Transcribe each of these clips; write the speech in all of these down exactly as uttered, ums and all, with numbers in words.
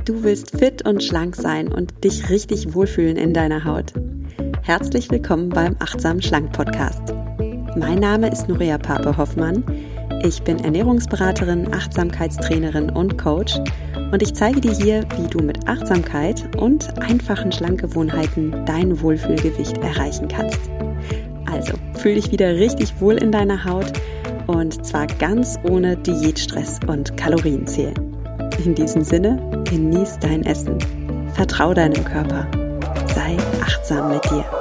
Du willst fit und schlank sein und dich richtig wohlfühlen in deiner Haut. Herzlich willkommen beim Achtsam Schlank Podcast. Mein Name ist Nuria Pape-Hoffmann. Ich bin Ernährungsberaterin, Achtsamkeitstrainerin und Coach und ich zeige dir hier, wie du mit Achtsamkeit und einfachen Schlankgewohnheiten dein Wohlfühlgewicht erreichen kannst. Also, fühl dich wieder richtig wohl in deiner Haut und zwar ganz ohne Diätstress und Kalorienzählen. In diesem Sinne, genieß dein Essen, vertrau deinem Körper, sei achtsam mit dir.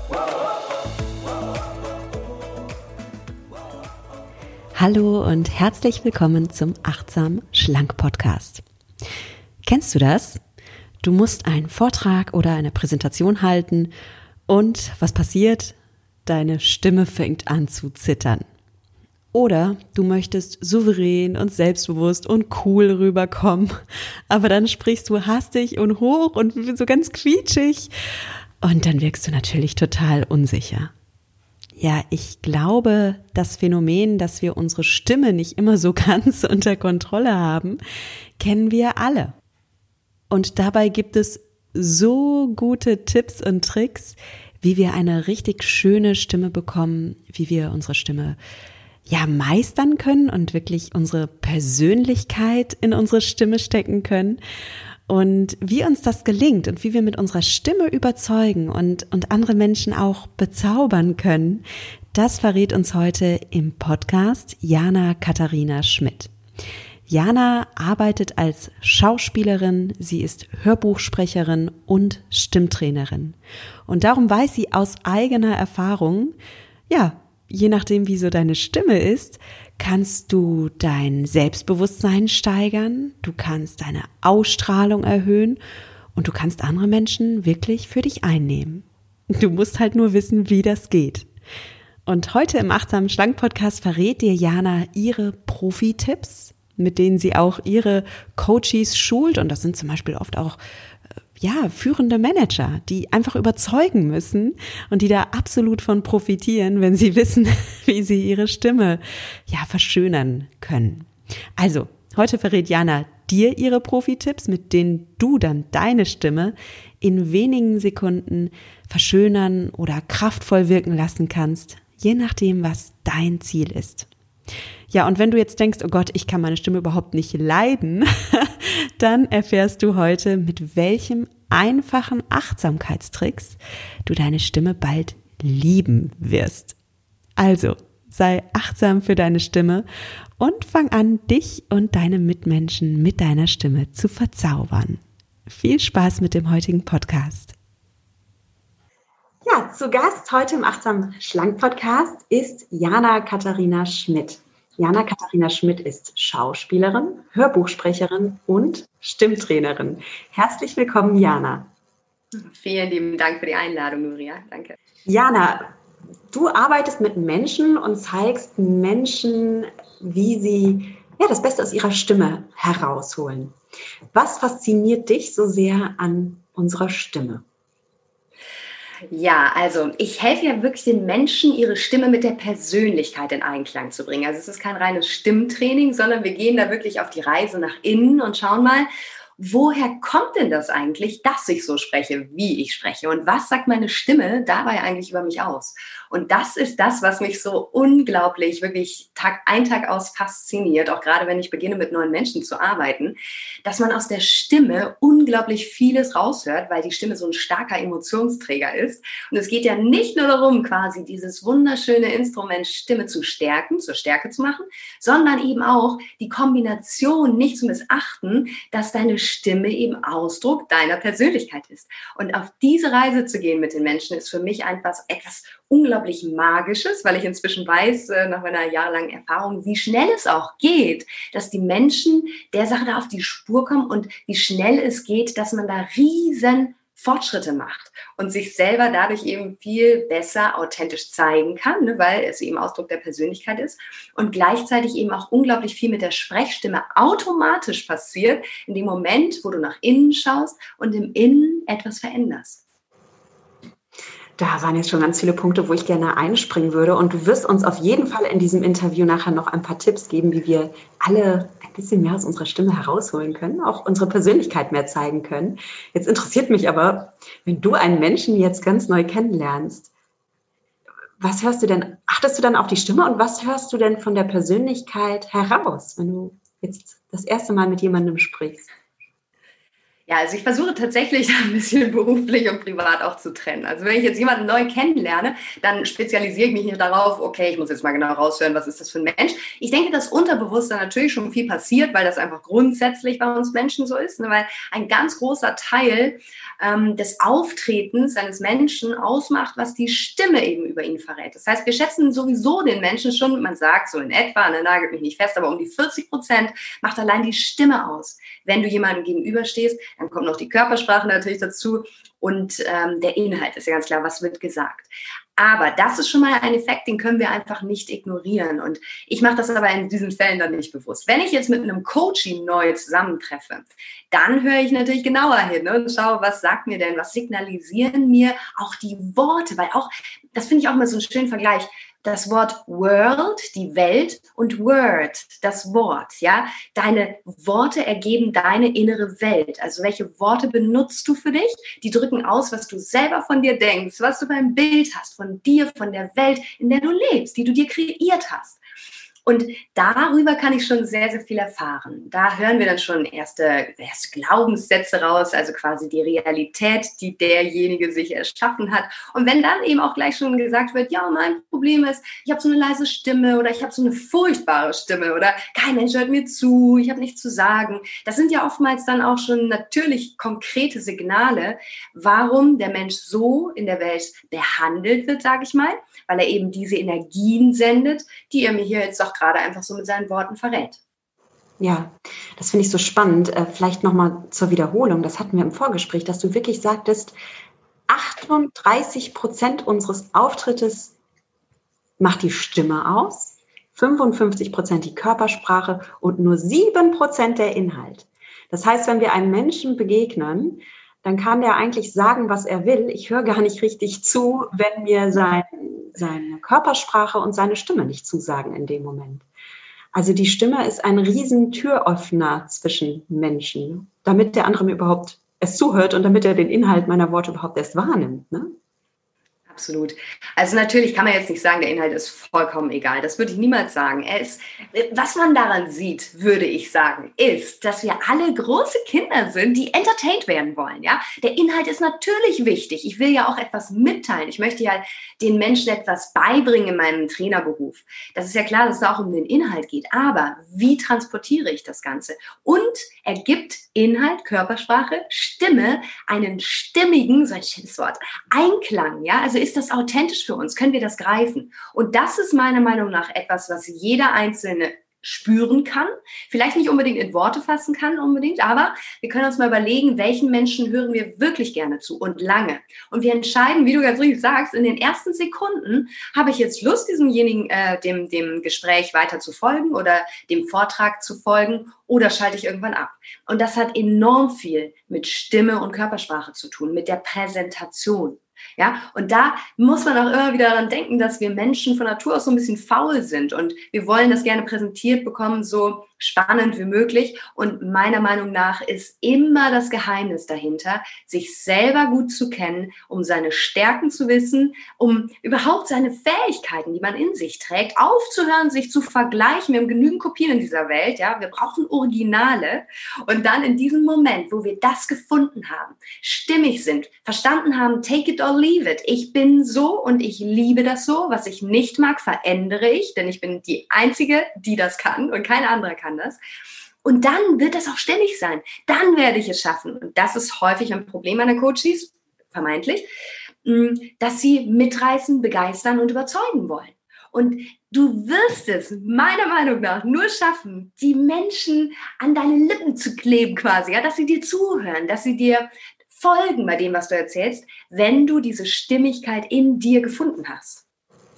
Hallo und herzlich willkommen zum Achtsam Schlank Podcast. Kennst du das? Du musst einen Vortrag oder eine Präsentation halten und was passiert? Deine Stimme fängt an zu zittern. Oder du möchtest souverän und selbstbewusst und cool rüberkommen, aber dann sprichst du hastig und hoch und so ganz quietschig und dann wirkst du natürlich total unsicher. Ja, ich glaube, das Phänomen, dass wir unsere Stimme nicht immer so ganz unter Kontrolle haben, kennen wir alle. Und dabei gibt es so gute Tipps und Tricks, wie wir eine richtig schöne Stimme bekommen, wie wir unsere Stimme ja meistern können und wirklich unsere Persönlichkeit in unsere Stimme stecken können und wie uns das gelingt und wie wir mit unserer Stimme überzeugen und, und andere Menschen auch bezaubern können, das verrät uns heute im Podcast Jana Katharina Schmidt. Jana arbeitet als Schauspielerin, sie ist Hörbuchsprecherin und Stimmtrainerin. Und darum weiß sie aus eigener Erfahrung, ja, je nachdem, wie so deine Stimme ist, kannst du dein Selbstbewusstsein steigern, du kannst deine Ausstrahlung erhöhen und du kannst andere Menschen wirklich für dich einnehmen. Du musst halt nur wissen, wie das geht. Und heute im Achtsamen Schlank Podcast verrät dir Jana ihre Profi-Tipps, mit denen sie auch ihre Coaches schult. Und das sind zum Beispiel oft auch ja, führende Manager, die einfach überzeugen müssen und die da absolut von profitieren, wenn sie wissen, wie sie ihre Stimme ja verschönern können. Also, heute verrät Jana dir ihre Profi-Tipps, mit denen du dann deine Stimme in wenigen Sekunden verschönern oder kraftvoll wirken lassen kannst, je nachdem, was dein Ziel ist. Ja, und wenn du jetzt denkst, oh Gott, ich kann meine Stimme überhaupt nicht leiden, dann erfährst du heute, mit welchem einfachen Achtsamkeitstricks du deine Stimme bald lieben wirst. Also, sei achtsam für deine Stimme und fang an, dich und deine Mitmenschen mit deiner Stimme zu verzaubern. Viel Spaß mit dem heutigen Podcast. Ja, zu Gast heute im Achtsam Schlank Podcast ist Jana Katharina Schmidt. Jana Katharina Schmidt ist Schauspielerin, Hörbuchsprecherin und Stimmtrainerin. Herzlich willkommen, Jana. Vielen lieben Dank für die Einladung, Nuria. Danke. Jana, du arbeitest mit Menschen und zeigst Menschen, wie sie ja, das Beste aus ihrer Stimme herausholen. Was fasziniert dich so sehr an unserer Stimme? Ja, also ich helfe ja wirklich den Menschen, ihre Stimme mit der Persönlichkeit in Einklang zu bringen. Also es ist kein reines Stimmtraining, sondern wir gehen da wirklich auf die Reise nach innen und schauen mal, woher kommt denn das eigentlich, dass ich so spreche, wie ich spreche? Und was sagt meine Stimme dabei eigentlich über mich aus? Und das ist das, was mich so unglaublich, wirklich Tag ein, Tag aus fasziniert, auch gerade wenn ich beginne, mit neuen Menschen zu arbeiten, dass man aus der Stimme unglaublich vieles raushört, weil die Stimme so ein starker Emotionsträger ist. Und es geht ja nicht nur darum, quasi dieses wunderschöne Instrument Stimme zu stärken, zur Stärke zu machen, sondern eben auch die Kombination nicht zu missachten, dass deine Stimme eben Ausdruck deiner Persönlichkeit ist. Und auf diese Reise zu gehen mit den Menschen ist für mich einfach etwas unglaublich Magisches, weil ich inzwischen weiß, nach meiner jahrelangen Erfahrung, wie schnell es auch geht, dass die Menschen der Sache da auf die Spur kommen und wie schnell es geht, dass man da riesen Fortschritte macht und sich selber dadurch eben viel besser authentisch zeigen kann, ne, weil es eben Ausdruck der Persönlichkeit ist und gleichzeitig eben auch unglaublich viel mit der Sprechstimme automatisch passiert in dem Moment, wo du nach innen schaust und im Innen etwas veränderst. Da waren jetzt schon ganz viele Punkte, wo ich gerne einspringen würde. Und du wirst uns auf jeden Fall in diesem Interview nachher noch ein paar Tipps geben, wie wir alle ein bisschen mehr aus unserer Stimme herausholen können, auch unsere Persönlichkeit mehr zeigen können. Jetzt interessiert mich aber, wenn du einen Menschen jetzt ganz neu kennenlernst, was hörst du denn, achtest du dann auf die Stimme und was hörst du denn von der Persönlichkeit heraus, wenn du jetzt das erste Mal mit jemandem sprichst? Ja, also ich versuche tatsächlich ein bisschen beruflich und privat auch zu trennen. Also wenn ich jetzt jemanden neu kennenlerne, dann spezialisiere ich mich nicht darauf, okay, ich muss jetzt mal genau raushören, was ist das für ein Mensch. Ich denke, dass unterbewusst da natürlich schon viel passiert, weil das einfach grundsätzlich bei uns Menschen so ist, ne? Weil ein ganz großer Teil ähm, des Auftretens eines Menschen ausmacht, was die Stimme eben über ihn verrät. Das heißt, wir schätzen sowieso den Menschen schon, man sagt so in etwa, ne, nagelt mich nicht fest, aber um die vierzig Prozent macht allein die Stimme aus. Wenn du jemandem gegenüberstehst, dann kommt noch die Körpersprache natürlich dazu und ähm, der Inhalt ist ja ganz klar, was wird gesagt. Aber das ist schon mal ein Effekt, den können wir einfach nicht ignorieren. Und ich mache das aber in diesen Fällen dann nicht bewusst. Wenn ich jetzt mit einem Coaching neu zusammentreffe, dann höre ich natürlich genauer hin, ne, und schaue, was sagt mir denn, was signalisieren mir auch die Worte, weil auch, das finde ich auch mal so einen schönen Vergleich, das Wort World, die Welt, und Word, das Wort, ja. Deine Worte ergeben deine innere Welt. Also welche Worte benutzt du für dich? Die drücken aus, was du selber von dir denkst, was du beim Bild hast, von dir, von der Welt, in der du lebst, die du dir kreiert hast. Und darüber kann ich schon sehr, sehr viel erfahren. Da hören wir dann schon erste, erste Glaubenssätze raus, also quasi die Realität, die derjenige sich erschaffen hat. Und wenn dann eben auch gleich schon gesagt wird, ja, mein Problem ist, ich habe so eine leise Stimme oder ich habe so eine furchtbare Stimme oder kein Mensch hört mir zu, ich habe nichts zu sagen. Das sind ja oftmals dann auch schon natürlich konkrete Signale, warum der Mensch so in der Welt behandelt wird, sage ich mal, weil er eben diese Energien sendet, die er mir hier jetzt doch gerade einfach so mit seinen Worten verrät. Ja, das finde ich so spannend. Vielleicht nochmal zur Wiederholung. Das hatten wir im Vorgespräch, dass du wirklich sagtest, achtunddreißig Prozent unseres Auftrittes macht die Stimme aus, fünfundfünfzig Prozent die Körpersprache und nur sieben Prozent der Inhalt. Das heißt, wenn wir einem Menschen begegnen, dann kann der eigentlich sagen, was er will. Ich höre gar nicht richtig zu, wenn mir sein seine Körpersprache und seine Stimme nicht zusagen in dem Moment. Also die Stimme ist ein riesen Türöffner zwischen Menschen, damit der andere mir überhaupt es zuhört und damit er den Inhalt meiner Worte überhaupt erst wahrnimmt, ne? Absolut. Also natürlich kann man jetzt nicht sagen, der Inhalt ist vollkommen egal. Das würde ich niemals sagen. Er ist, was man daran sieht, würde ich sagen, ist, dass wir alle große Kinder sind, die entertained werden wollen. Ja? Der Inhalt ist natürlich wichtig. Ich will ja auch etwas mitteilen. Ich möchte ja den Menschen etwas beibringen in meinem Trainerberuf. Das ist ja klar, dass es auch um den Inhalt geht. Aber wie transportiere ich das Ganze? Und ergibt Inhalt, Körpersprache, Stimme einen stimmigen, so ein schönes Wort, Einklang. Ja? Also ist das authentisch für uns? Können wir das greifen? Und das ist meiner Meinung nach etwas, was jeder Einzelne spüren kann, vielleicht nicht unbedingt in Worte fassen kann unbedingt, aber wir können uns mal überlegen, welchen Menschen hören wir wirklich gerne zu und lange. Und wir entscheiden, wie du ganz richtig sagst, in den ersten Sekunden, habe ich jetzt Lust, diesemjenigen, äh, dem, dem Gespräch weiter zu folgen oder dem Vortrag zu folgen oder schalte ich irgendwann ab. Und das hat enorm viel mit Stimme und Körpersprache zu tun, mit der Präsentation. Ja, und da muss man auch immer wieder daran denken, dass wir Menschen von Natur aus so ein bisschen faul sind und wir wollen das gerne präsentiert bekommen, so spannend wie möglich. Und meiner Meinung nach ist immer das Geheimnis dahinter, sich selber gut zu kennen, um seine Stärken zu wissen, um überhaupt seine Fähigkeiten, die man in sich trägt, aufzuhören, sich zu vergleichen. Wir haben genügend Kopien in dieser Welt, ja, wir brauchen Originale. Und dann in diesem Moment, wo wir das gefunden haben, stimmig sind, verstanden haben, take it or leave it. Ich bin so und ich liebe das so. Was ich nicht mag, verändere ich, denn ich bin die Einzige, die das kann und kein anderer kann das. Und dann wird das auch stimmig sein. Dann werde ich es schaffen. Und das ist häufig ein Problem meiner Coaches, vermeintlich, dass sie mitreißen, begeistern und überzeugen wollen. Und du wirst es meiner Meinung nach nur schaffen, die Menschen an deine Lippen zu kleben quasi, ja, dass sie dir zuhören, dass sie dir folgen bei dem, was du erzählst, wenn du diese Stimmigkeit in dir gefunden hast.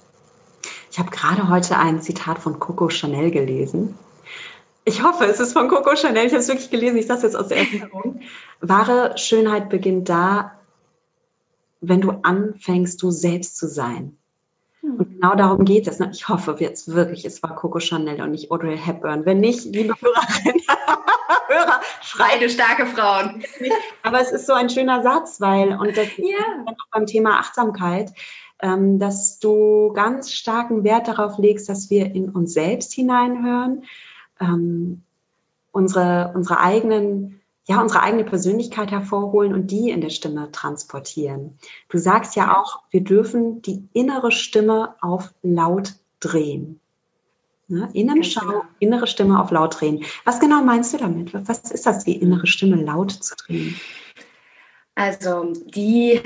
Ich habe gerade heute ein Zitat von Coco Chanel gelesen. Ich hoffe, es ist von Coco Chanel. Ich habe es wirklich gelesen. Ich sage es jetzt aus der Erinnerung. Wahre Schönheit beginnt da, wenn du anfängst, du selbst zu sein. Und genau darum geht es. Ich hoffe jetzt wirklich, es war Coco Chanel und nicht Audrey Hepburn. Wenn nicht, liebe Hörerinnen, Hörer, beide starke Frauen. Aber es ist so ein schöner Satz, weil, und das ja. ist auch beim Thema Achtsamkeit, ähm, dass du ganz starken Wert darauf legst, dass wir in uns selbst hineinhören, ähm, unsere, unsere eigenen ja, unsere eigene Persönlichkeit hervorholen und die in der Stimme transportieren. Du sagst ja auch, wir dürfen die innere Stimme auf laut drehen. Ne? Innenschau, genau. Innere Stimme auf laut drehen. Was genau meinst du damit? Was ist das, die innere Stimme laut zu drehen? Also die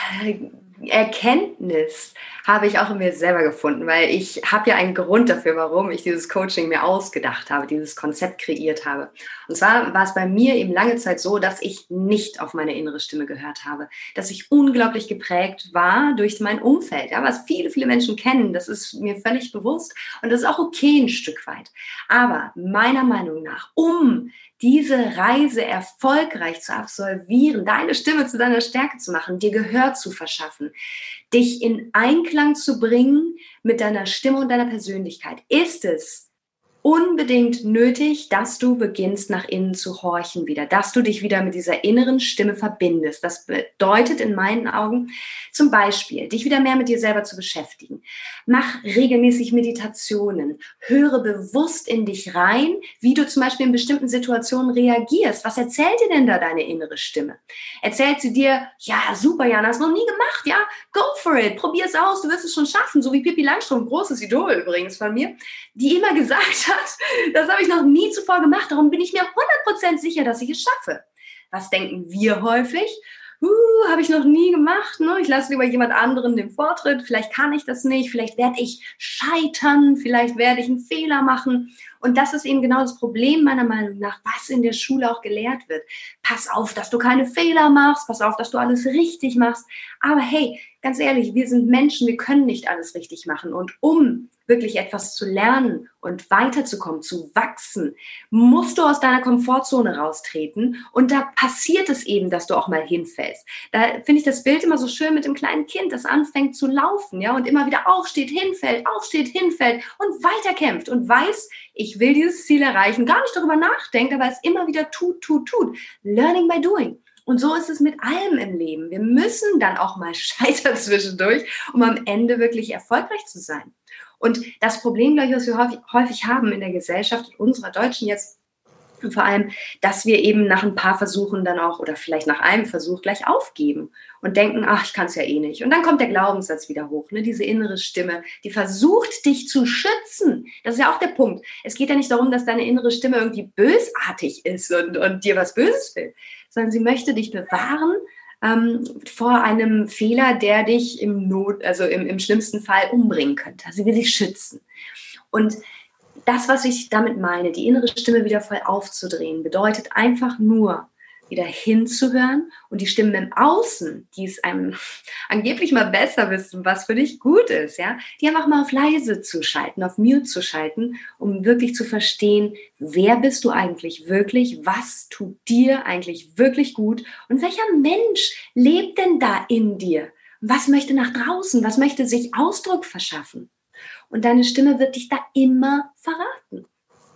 Erkenntnis habe ich auch in mir selber gefunden, weil ich habe ja einen Grund dafür, warum ich dieses Coaching mir ausgedacht habe, dieses Konzept kreiert habe. Und zwar war es bei mir eben lange Zeit so, dass ich nicht auf meine innere Stimme gehört habe, dass ich unglaublich geprägt war durch mein Umfeld, ja, was viele, viele Menschen kennen, das ist mir völlig bewusst und das ist auch okay ein Stück weit. Aber meiner Meinung nach, um diese Reise erfolgreich zu absolvieren, deine Stimme zu deiner Stärke zu machen, dir Gehör zu verschaffen, dich in Einklang zu bringen mit deiner Stimme und deiner Persönlichkeit, ist es unbedingt nötig, dass du beginnst, nach innen zu horchen wieder, dass du dich wieder mit dieser inneren Stimme verbindest. Das bedeutet in meinen Augen zum Beispiel, dich wieder mehr mit dir selber zu beschäftigen. Mach regelmäßig Meditationen, höre bewusst in dich rein, wie du zum Beispiel in bestimmten Situationen reagierst. Was erzählt dir denn da deine innere Stimme? Erzählt sie dir, ja, super, Jana, hast du noch nie gemacht, ja, go for it, probier es aus, du wirst es schon schaffen, so wie Pippi Langstrumpf, großes Idol übrigens von mir, die immer gesagt hat, das habe ich noch nie zuvor gemacht, darum bin ich mir hundert Prozent sicher, dass ich es schaffe. Was denken wir häufig? Uh, habe ich noch nie gemacht, ne? Ich lasse lieber jemand anderen den Vortritt, vielleicht kann ich das nicht, vielleicht werde ich scheitern, vielleicht werde ich einen Fehler machen. Und das ist eben genau das Problem meiner Meinung nach, was in der Schule auch gelehrt wird. Pass auf, dass du keine Fehler machst, pass auf, dass du alles richtig machst. Aber hey, ganz ehrlich, wir sind Menschen, wir können nicht alles richtig machen. Und um wirklich etwas zu lernen und weiterzukommen, zu wachsen, musst du aus deiner Komfortzone raustreten. Und da passiert es eben, dass du auch mal hinfällst. Da finde ich das Bild immer so schön mit dem kleinen Kind, das anfängt zu laufen, ja, und immer wieder aufsteht, hinfällt, aufsteht, hinfällt und weiterkämpft und weiß, ich will dieses Ziel erreichen, gar nicht darüber nachdenkt, aber es immer wieder tut, tut, tut. Learning by doing. Und so ist es mit allem im Leben. Wir müssen dann auch mal scheitern zwischendurch, um am Ende wirklich erfolgreich zu sein. Und das Problem, glaube ich, was wir häufig, häufig haben in der Gesellschaft, unserer Deutschen jetzt, vor allem, dass wir eben nach ein paar Versuchen dann auch oder vielleicht nach einem Versuch gleich aufgeben und denken, ach, ich kann es ja eh nicht. Und dann kommt der Glaubenssatz wieder hoch, ne? Diese innere Stimme, die versucht, dich zu schützen. Das ist ja auch der Punkt. Es geht ja nicht darum, dass deine innere Stimme irgendwie bösartig ist und, und dir was Böses will, sondern sie möchte dich bewahren ähm, vor einem Fehler, der dich im Not, also im, im schlimmsten Fall umbringen könnte. Also sie will dich schützen. Und das, was ich damit meine, die innere Stimme wieder voll aufzudrehen, bedeutet einfach nur, wieder hinzuhören und die Stimmen im Außen, die es einem angeblich mal besser wissen, was für dich gut ist, ja, die einfach mal auf leise zu schalten, auf Mute zu schalten, um wirklich zu verstehen, wer bist du eigentlich wirklich, was tut dir eigentlich wirklich gut und welcher Mensch lebt denn da in dir? Was möchte nach draußen, was möchte sich Ausdruck verschaffen? Und deine Stimme wird dich da immer verraten.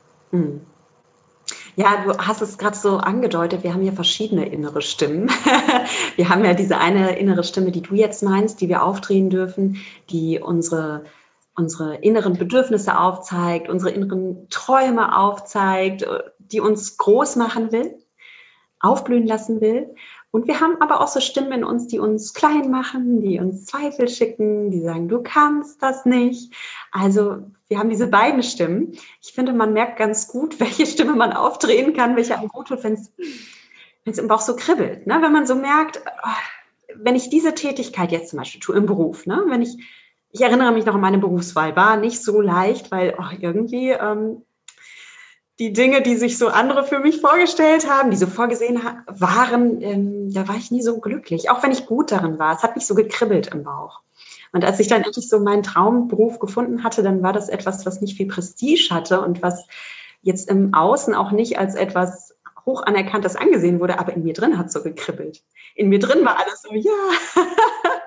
Hm. Ja, du hast es gerade so angedeutet, wir haben ja verschiedene innere Stimmen. Wir haben ja diese eine innere Stimme, die du jetzt meinst, die wir aufdrehen dürfen, die unsere, unsere inneren Bedürfnisse aufzeigt, unsere inneren Träume aufzeigt, die uns groß machen will, aufblühen lassen will. Und wir haben aber auch so Stimmen in uns, die uns klein machen, die uns Zweifel schicken, die sagen, du kannst das nicht. Also wir haben diese beiden Stimmen. Ich finde, man merkt ganz gut, welche Stimme man aufdrehen kann, welche einem gut tut, wenn es wenn es im Bauch so kribbelt. Ne? Wenn man so merkt, oh, wenn ich diese Tätigkeit jetzt zum Beispiel tue im Beruf, ne? wenn ich, ich erinnere mich noch an meine Berufswahl, war nicht so leicht, weil oh, irgendwie ähm, die Dinge, die sich so andere für mich vorgestellt haben, die so vorgesehen ha- waren, ähm, da war ich nie so glücklich, auch wenn ich gut darin war. Es hat mich so gekribbelt im Bauch. Und als ich dann endlich so meinen Traumberuf gefunden hatte, dann war das etwas, was nicht viel Prestige hatte und was jetzt im Außen auch nicht als etwas hoch anerkanntes angesehen wurde, aber in mir drin hat es so gekribbelt. In mir drin war alles so, ja,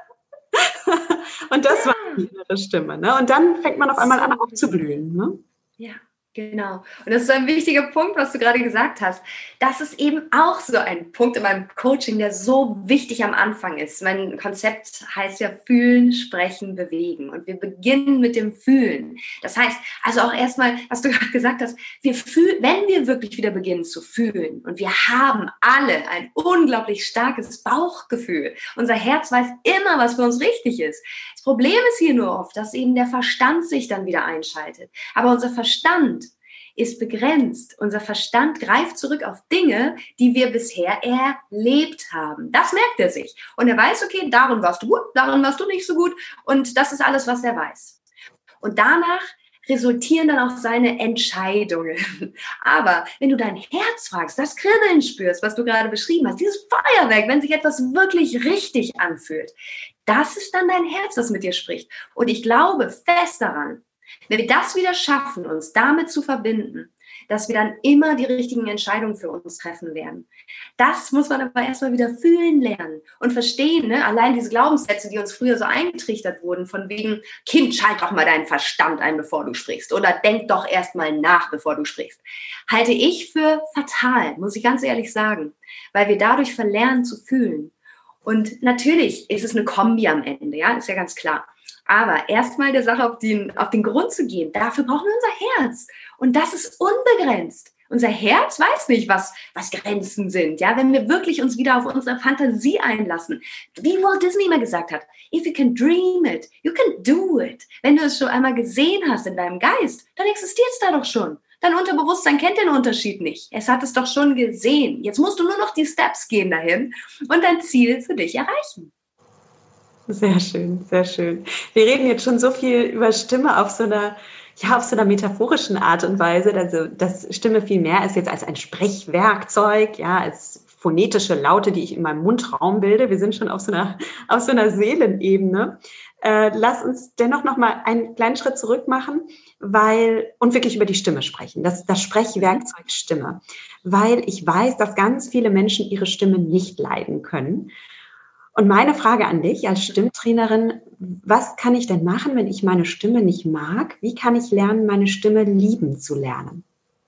Und das war die innere Stimme. Ne? Und dann fängt man auf einmal an aufzublühen. Ne? Ja. Genau. Und das ist so ein wichtiger Punkt, was du gerade gesagt hast. Das ist eben auch so ein Punkt in meinem Coaching, der so wichtig am Anfang ist. Mein Konzept heißt ja fühlen, sprechen, bewegen. Und wir beginnen mit dem Fühlen. Das heißt, also auch erstmal, was du gerade gesagt hast, wir fühlen, wenn wir wirklich wieder beginnen zu fühlen und wir haben alle ein unglaublich starkes Bauchgefühl. Unser Herz weiß immer, was für uns richtig ist. Das Problem ist hier nur oft, dass eben der Verstand sich dann wieder einschaltet. Aber unser Verstand ist begrenzt. Unser Verstand greift zurück auf Dinge, die wir bisher erlebt haben. Das merkt er sich. Und er weiß, okay, darin warst du gut, darin warst du nicht so gut. Und das ist alles, was er weiß. Und danach resultieren dann auch seine Entscheidungen. Aber wenn du dein Herz fragst, das Kribbeln spürst, was du gerade beschrieben hast, dieses Feuerwerk, wenn sich etwas wirklich richtig anfühlt, das ist dann dein Herz, das mit dir spricht. Und ich glaube fest daran, wenn wir das wieder schaffen, uns damit zu verbinden, dass wir dann immer die richtigen Entscheidungen für uns treffen werden. Das muss man aber erstmal wieder fühlen lernen und verstehen. Ne? Allein diese Glaubenssätze, die uns früher so eingetrichtert wurden, von wegen, Kind, schalt doch mal deinen Verstand ein, bevor du sprichst. Oder denk doch erstmal nach, bevor du sprichst. Halte ich für fatal, muss ich ganz ehrlich sagen. Weil wir dadurch verlernen zu fühlen. Und natürlich ist es eine Kombi am Ende, ja, ist ja ganz klar. Aber erstmal der Sache auf den, auf den Grund zu gehen, dafür brauchen wir unser Herz. Und das ist unbegrenzt. Unser Herz weiß nicht, was, was Grenzen sind. Ja, wenn wir wirklich uns wieder auf unsere Fantasie einlassen. Wie Walt Disney mal gesagt hat, if you can dream it, you can do it. Wenn du es schon einmal gesehen hast in deinem Geist, dann existiert es da doch schon. Dein Unterbewusstsein kennt den Unterschied nicht. Es hat es doch schon gesehen. Jetzt musst du nur noch die Steps gehen dahin und dein Ziel für dich erreichen. Sehr schön, sehr schön. Wir reden jetzt schon so viel über Stimme auf so einer, ja, auf so einer metaphorischen Art und Weise. Also, dass Stimme viel mehr ist jetzt als ein Sprechwerkzeug, ja, als phonetische Laute, die ich in meinem Mundraum bilde. Wir sind schon auf so einer, auf so einer Seelenebene. Äh, lass uns dennoch noch mal einen kleinen Schritt zurück machen, weil, und wirklich über die Stimme sprechen. Das, das Sprechwerkzeug Stimme. Weil ich weiß, dass ganz viele Menschen ihre Stimme nicht leiden können. Und meine Frage an dich als Stimmtrainerin, was kann ich denn machen, wenn ich meine Stimme nicht mag? Wie kann ich lernen, meine Stimme lieben zu lernen?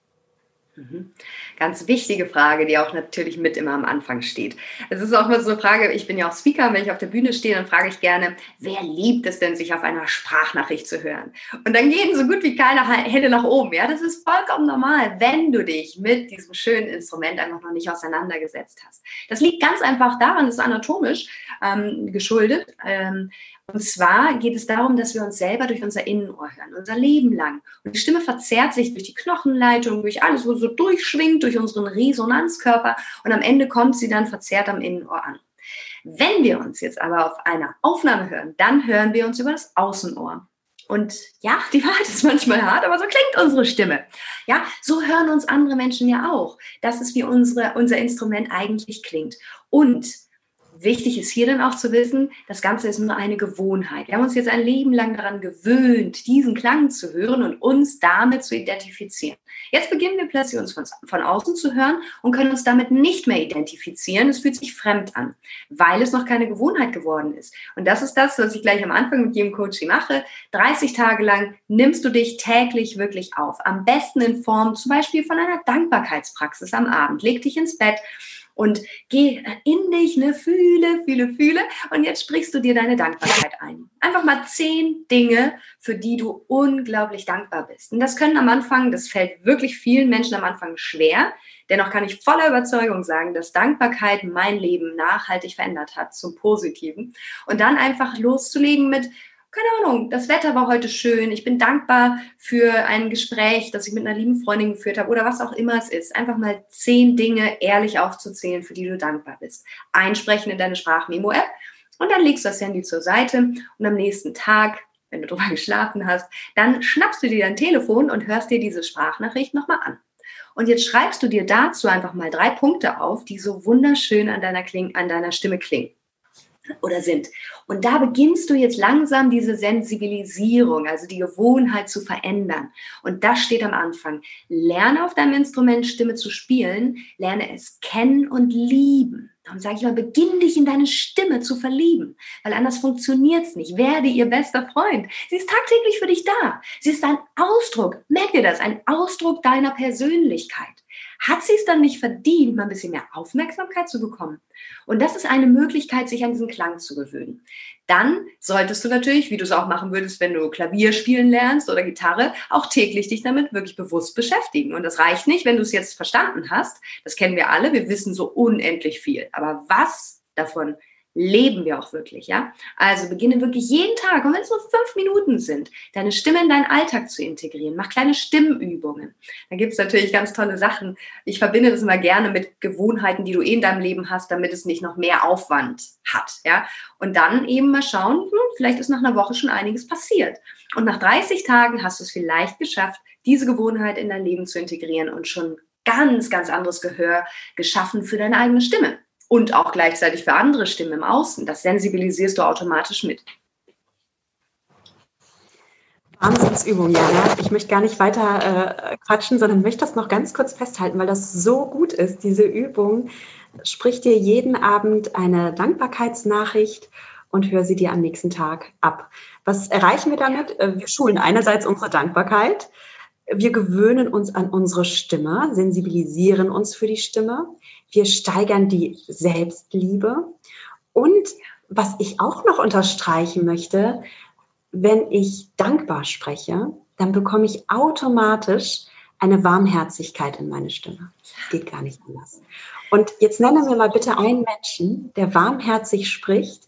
Mhm. Ganz wichtige Frage, die auch natürlich mit immer am Anfang steht. Es ist auch mal so eine Frage, ich bin ja auch Speaker, wenn ich auf der Bühne stehe, dann frage ich gerne, wer liebt es denn, sich auf einer Sprachnachricht zu hören? Und dann gehen so gut wie keine Hände nach oben. Ja, das ist vollkommen normal, wenn du dich mit diesem schönen Instrument einfach noch nicht auseinandergesetzt hast. Das liegt ganz einfach daran, das ist anatomisch ähm, geschuldet. Ähm, Und zwar geht es darum, dass wir uns selber durch unser Innenohr hören, unser Leben lang. Und die Stimme verzerrt sich durch die Knochenleitung, durch alles, wo so durchschwingt, durch unseren Resonanzkörper. Und am Ende kommt sie dann verzerrt am Innenohr an. Wenn wir uns jetzt aber auf einer Aufnahme hören, dann hören wir uns über das Außenohr. Und ja, die Wahrheit ist manchmal hart, aber so klingt unsere Stimme. Ja, so hören uns andere Menschen ja auch. Das ist, wie unsere, unser Instrument eigentlich klingt. Und wichtig ist hier dann auch zu wissen, das Ganze ist nur eine Gewohnheit. Wir haben uns jetzt ein Leben lang daran gewöhnt, diesen Klang zu hören und uns damit zu identifizieren. Jetzt beginnen wir plötzlich uns von, von außen zu hören und können uns damit nicht mehr identifizieren. Es fühlt sich fremd an, weil es noch keine Gewohnheit geworden ist. Und das ist das, was ich gleich am Anfang mit jedem Coaching mache. dreißig Tage lang nimmst du dich täglich wirklich auf. Am besten in Form zum Beispiel von einer Dankbarkeitspraxis am Abend. Leg dich ins Bett und geh in dich, ne, fühle, fühle, fühle. Und jetzt sprichst du dir deine Dankbarkeit ein. Einfach mal zehn Dinge, für die du unglaublich dankbar bist. Und das können am Anfang, das fällt wirklich vielen Menschen am Anfang schwer. Dennoch kann ich voller Überzeugung sagen, dass Dankbarkeit mein Leben nachhaltig verändert hat zum Positiven. Und dann einfach loszulegen mit, keine Ahnung, das Wetter war heute schön, ich bin dankbar für ein Gespräch, das ich mit einer lieben Freundin geführt habe oder was auch immer es ist. Einfach mal zehn Dinge ehrlich aufzuzählen, für die du dankbar bist. Einsprechen in deine Sprachmemo-App und dann legst du das Handy zur Seite und am nächsten Tag, wenn du drüber geschlafen hast, dann schnappst du dir dein Telefon und hörst dir diese Sprachnachricht nochmal an. Und jetzt schreibst du dir dazu einfach mal drei Punkte auf, die so wunderschön an deiner, Kling- an deiner Stimme klingen. Oder sind. Und da beginnst du jetzt langsam diese Sensibilisierung, also die Gewohnheit zu verändern. Und das steht am Anfang. Lerne auf deinem Instrument Stimme zu spielen, lerne es kennen und lieben. Darum sage ich mal, beginn dich in deine Stimme zu verlieben, weil anders funktioniert es nicht. Werde ihr bester Freund. Sie ist tagtäglich für dich da. Sie ist ein Ausdruck, merk dir das, ein Ausdruck deiner Persönlichkeit. Hat sie es dann nicht verdient, mal ein bisschen mehr Aufmerksamkeit zu bekommen? Und das ist eine Möglichkeit, sich an diesen Klang zu gewöhnen. Dann solltest du natürlich, wie du es auch machen würdest, wenn du Klavier spielen lernst oder Gitarre, auch täglich dich damit wirklich bewusst beschäftigen. Und das reicht nicht, wenn du es jetzt verstanden hast. Das kennen wir alle, wir wissen so unendlich viel. Aber was davon leben wir auch wirklich, ja? Also beginne wirklich jeden Tag, und wenn es nur fünf Minuten sind, deine Stimme in deinen Alltag zu integrieren. Mach kleine Stimmübungen. Da gibt es natürlich ganz tolle Sachen. Ich verbinde das immer gerne mit Gewohnheiten, die du eh in deinem Leben hast, damit es nicht noch mehr Aufwand hat, ja? Und dann eben mal schauen, hm, vielleicht ist nach einer Woche schon einiges passiert. Und nach dreißig Tagen hast du es vielleicht geschafft, diese Gewohnheit in dein Leben zu integrieren und schon ganz, ganz anderes Gehör geschaffen für deine eigene Stimme. Und auch gleichzeitig für andere Stimmen im Außen. Das sensibilisierst du automatisch mit. Wahnsinnsübung, Jana. Ich möchte gar nicht weiter äh, quatschen, sondern möchte das noch ganz kurz festhalten, weil das so gut ist. Diese Übung, sprich dir jeden Abend eine Dankbarkeitsnachricht und hör sie dir am nächsten Tag ab. Was erreichen wir damit? Wir schulen einerseits unsere Dankbarkeit. Wir gewöhnen uns an unsere Stimme, sensibilisieren uns für die Stimme. Wir steigern die Selbstliebe. Und was ich auch noch unterstreichen möchte, wenn ich dankbar spreche, dann bekomme ich automatisch eine Warmherzigkeit in meine Stimme. Das geht gar nicht anders. Und jetzt nennen wir mal bitte einen Menschen, der warmherzig spricht,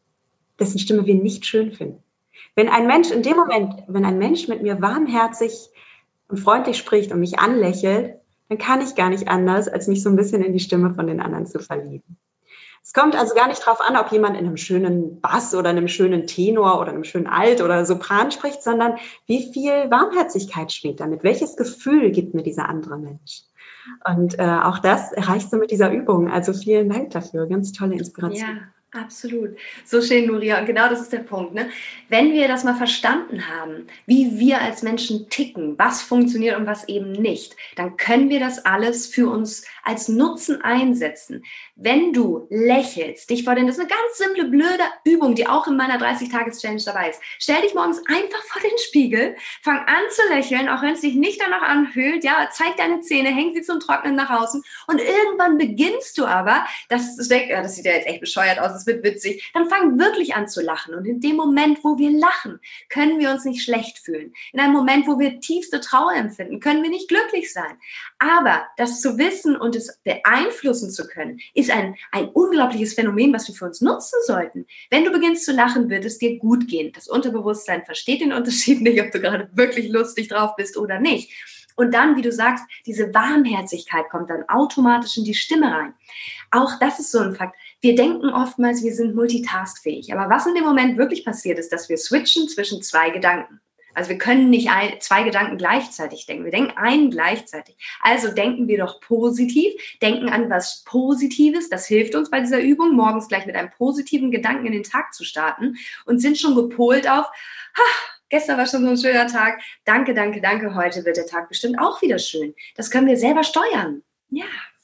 dessen Stimme wir nicht schön finden. Wenn ein Mensch in dem Moment, wenn ein Mensch mit mir warmherzig und freundlich spricht und mich anlächelt, dann kann ich gar nicht anders, als mich so ein bisschen in die Stimme von den anderen zu verlieben. Es kommt also gar nicht darauf an, ob jemand in einem schönen Bass oder einem schönen Tenor oder einem schönen Alt oder Sopran spricht, sondern wie viel Warmherzigkeit schwingt damit, welches Gefühl gibt mir dieser andere Mensch. Und äh, auch das erreichst du mit dieser Übung. Also vielen Dank dafür, ganz tolle Inspiration. Ja. Absolut. So schön, Nuria. Und genau das ist der Punkt, ne? Wenn wir das mal verstanden haben, wie wir als Menschen ticken, was funktioniert und was eben nicht, dann können wir das alles für uns als Nutzen einsetzen. Wenn du lächelst, dich vor den, das ist eine ganz simple, blöde Übung, die auch in meiner dreißig-Tages-Challenge dabei ist. Stell dich morgens einfach vor den Spiegel, fang an zu lächeln, auch wenn es dich nicht danach anfühlt, ja, zeig deine Zähne, häng sie zum Trocknen nach außen und irgendwann beginnst du aber, das, das, das sieht ja jetzt echt bescheuert aus, es wird witzig, dann fang wirklich an zu lachen. Und in dem Moment, wo wir lachen, können wir uns nicht schlecht fühlen. In einem Moment, wo wir tiefste Trauer empfinden, können wir nicht glücklich sein. Aber das zu wissen und es beeinflussen zu können, ist ein, ein unglaubliches Phänomen, was wir für uns nutzen sollten. Wenn du beginnst zu lachen, wird es dir gut gehen. Das Unterbewusstsein versteht den Unterschied nicht, ob du gerade wirklich lustig drauf bist oder nicht. Und dann, wie du sagst, diese Warmherzigkeit kommt dann automatisch in die Stimme rein. Auch das ist so ein Fakt. Wir denken oftmals, wir sind multitaskfähig. Aber was in dem Moment wirklich passiert ist, dass wir switchen zwischen zwei Gedanken. Also wir können nicht ein, zwei Gedanken gleichzeitig denken. Wir denken einen gleichzeitig. Also denken wir doch positiv, denken an was Positives. Das hilft uns bei dieser Übung, morgens gleich mit einem positiven Gedanken in den Tag zu starten und sind schon gepolt auf, ha, gestern war schon so ein schöner Tag. Danke, danke, danke. Heute wird der Tag bestimmt auch wieder schön. Das können wir selber steuern. Ja.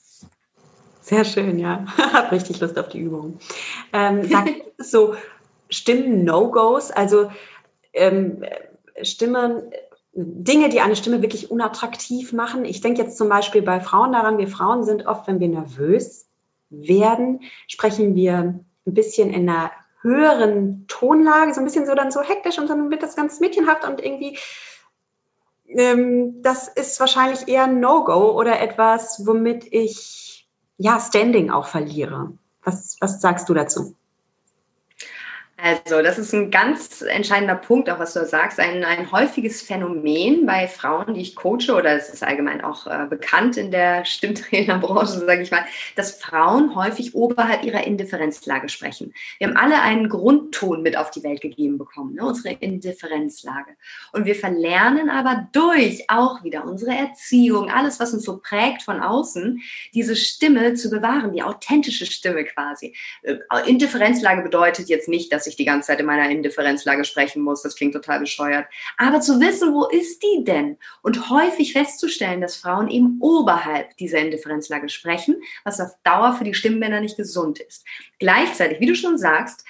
Sehr schön, ja. Hab richtig Lust auf die Übung. Ähm, sag so Stimmen-No-Gos, also ähm, Stimmen, Dinge, die eine Stimme wirklich unattraktiv machen. Ich denke jetzt zum Beispiel bei Frauen daran, wir Frauen sind oft, wenn wir nervös werden, sprechen wir ein bisschen in einer höheren Tonlage, so ein bisschen so dann so hektisch und dann wird das ganz mädchenhaft und irgendwie, ähm, das ist wahrscheinlich eher ein No-Go oder etwas, womit ich ja Standing auch verliere. Was, was sagst du dazu? Also das ist ein ganz entscheidender Punkt, auch was du sagst, ein, ein häufiges Phänomen bei Frauen, die ich coache, oder es ist allgemein auch äh, bekannt in der Stimmtrainerbranche, sage ich mal, dass Frauen häufig oberhalb ihrer Indifferenzlage sprechen. Wir haben alle einen Grundton mit auf die Welt gegeben bekommen, ne? Unsere Indifferenzlage. Und wir verlernen aber durch auch wieder unsere Erziehung, alles, was uns so prägt von außen, diese Stimme zu bewahren, die authentische Stimme quasi. Äh, Indifferenzlage bedeutet jetzt nicht, dass dass ich die ganze Zeit in meiner Indifferenzlage sprechen muss. Das klingt total bescheuert. Aber zu wissen, wo ist die denn? Und häufig festzustellen, dass Frauen eben oberhalb dieser Indifferenzlage sprechen, was auf Dauer für die Stimmbänder nicht gesund ist. Gleichzeitig, wie du schon sagst,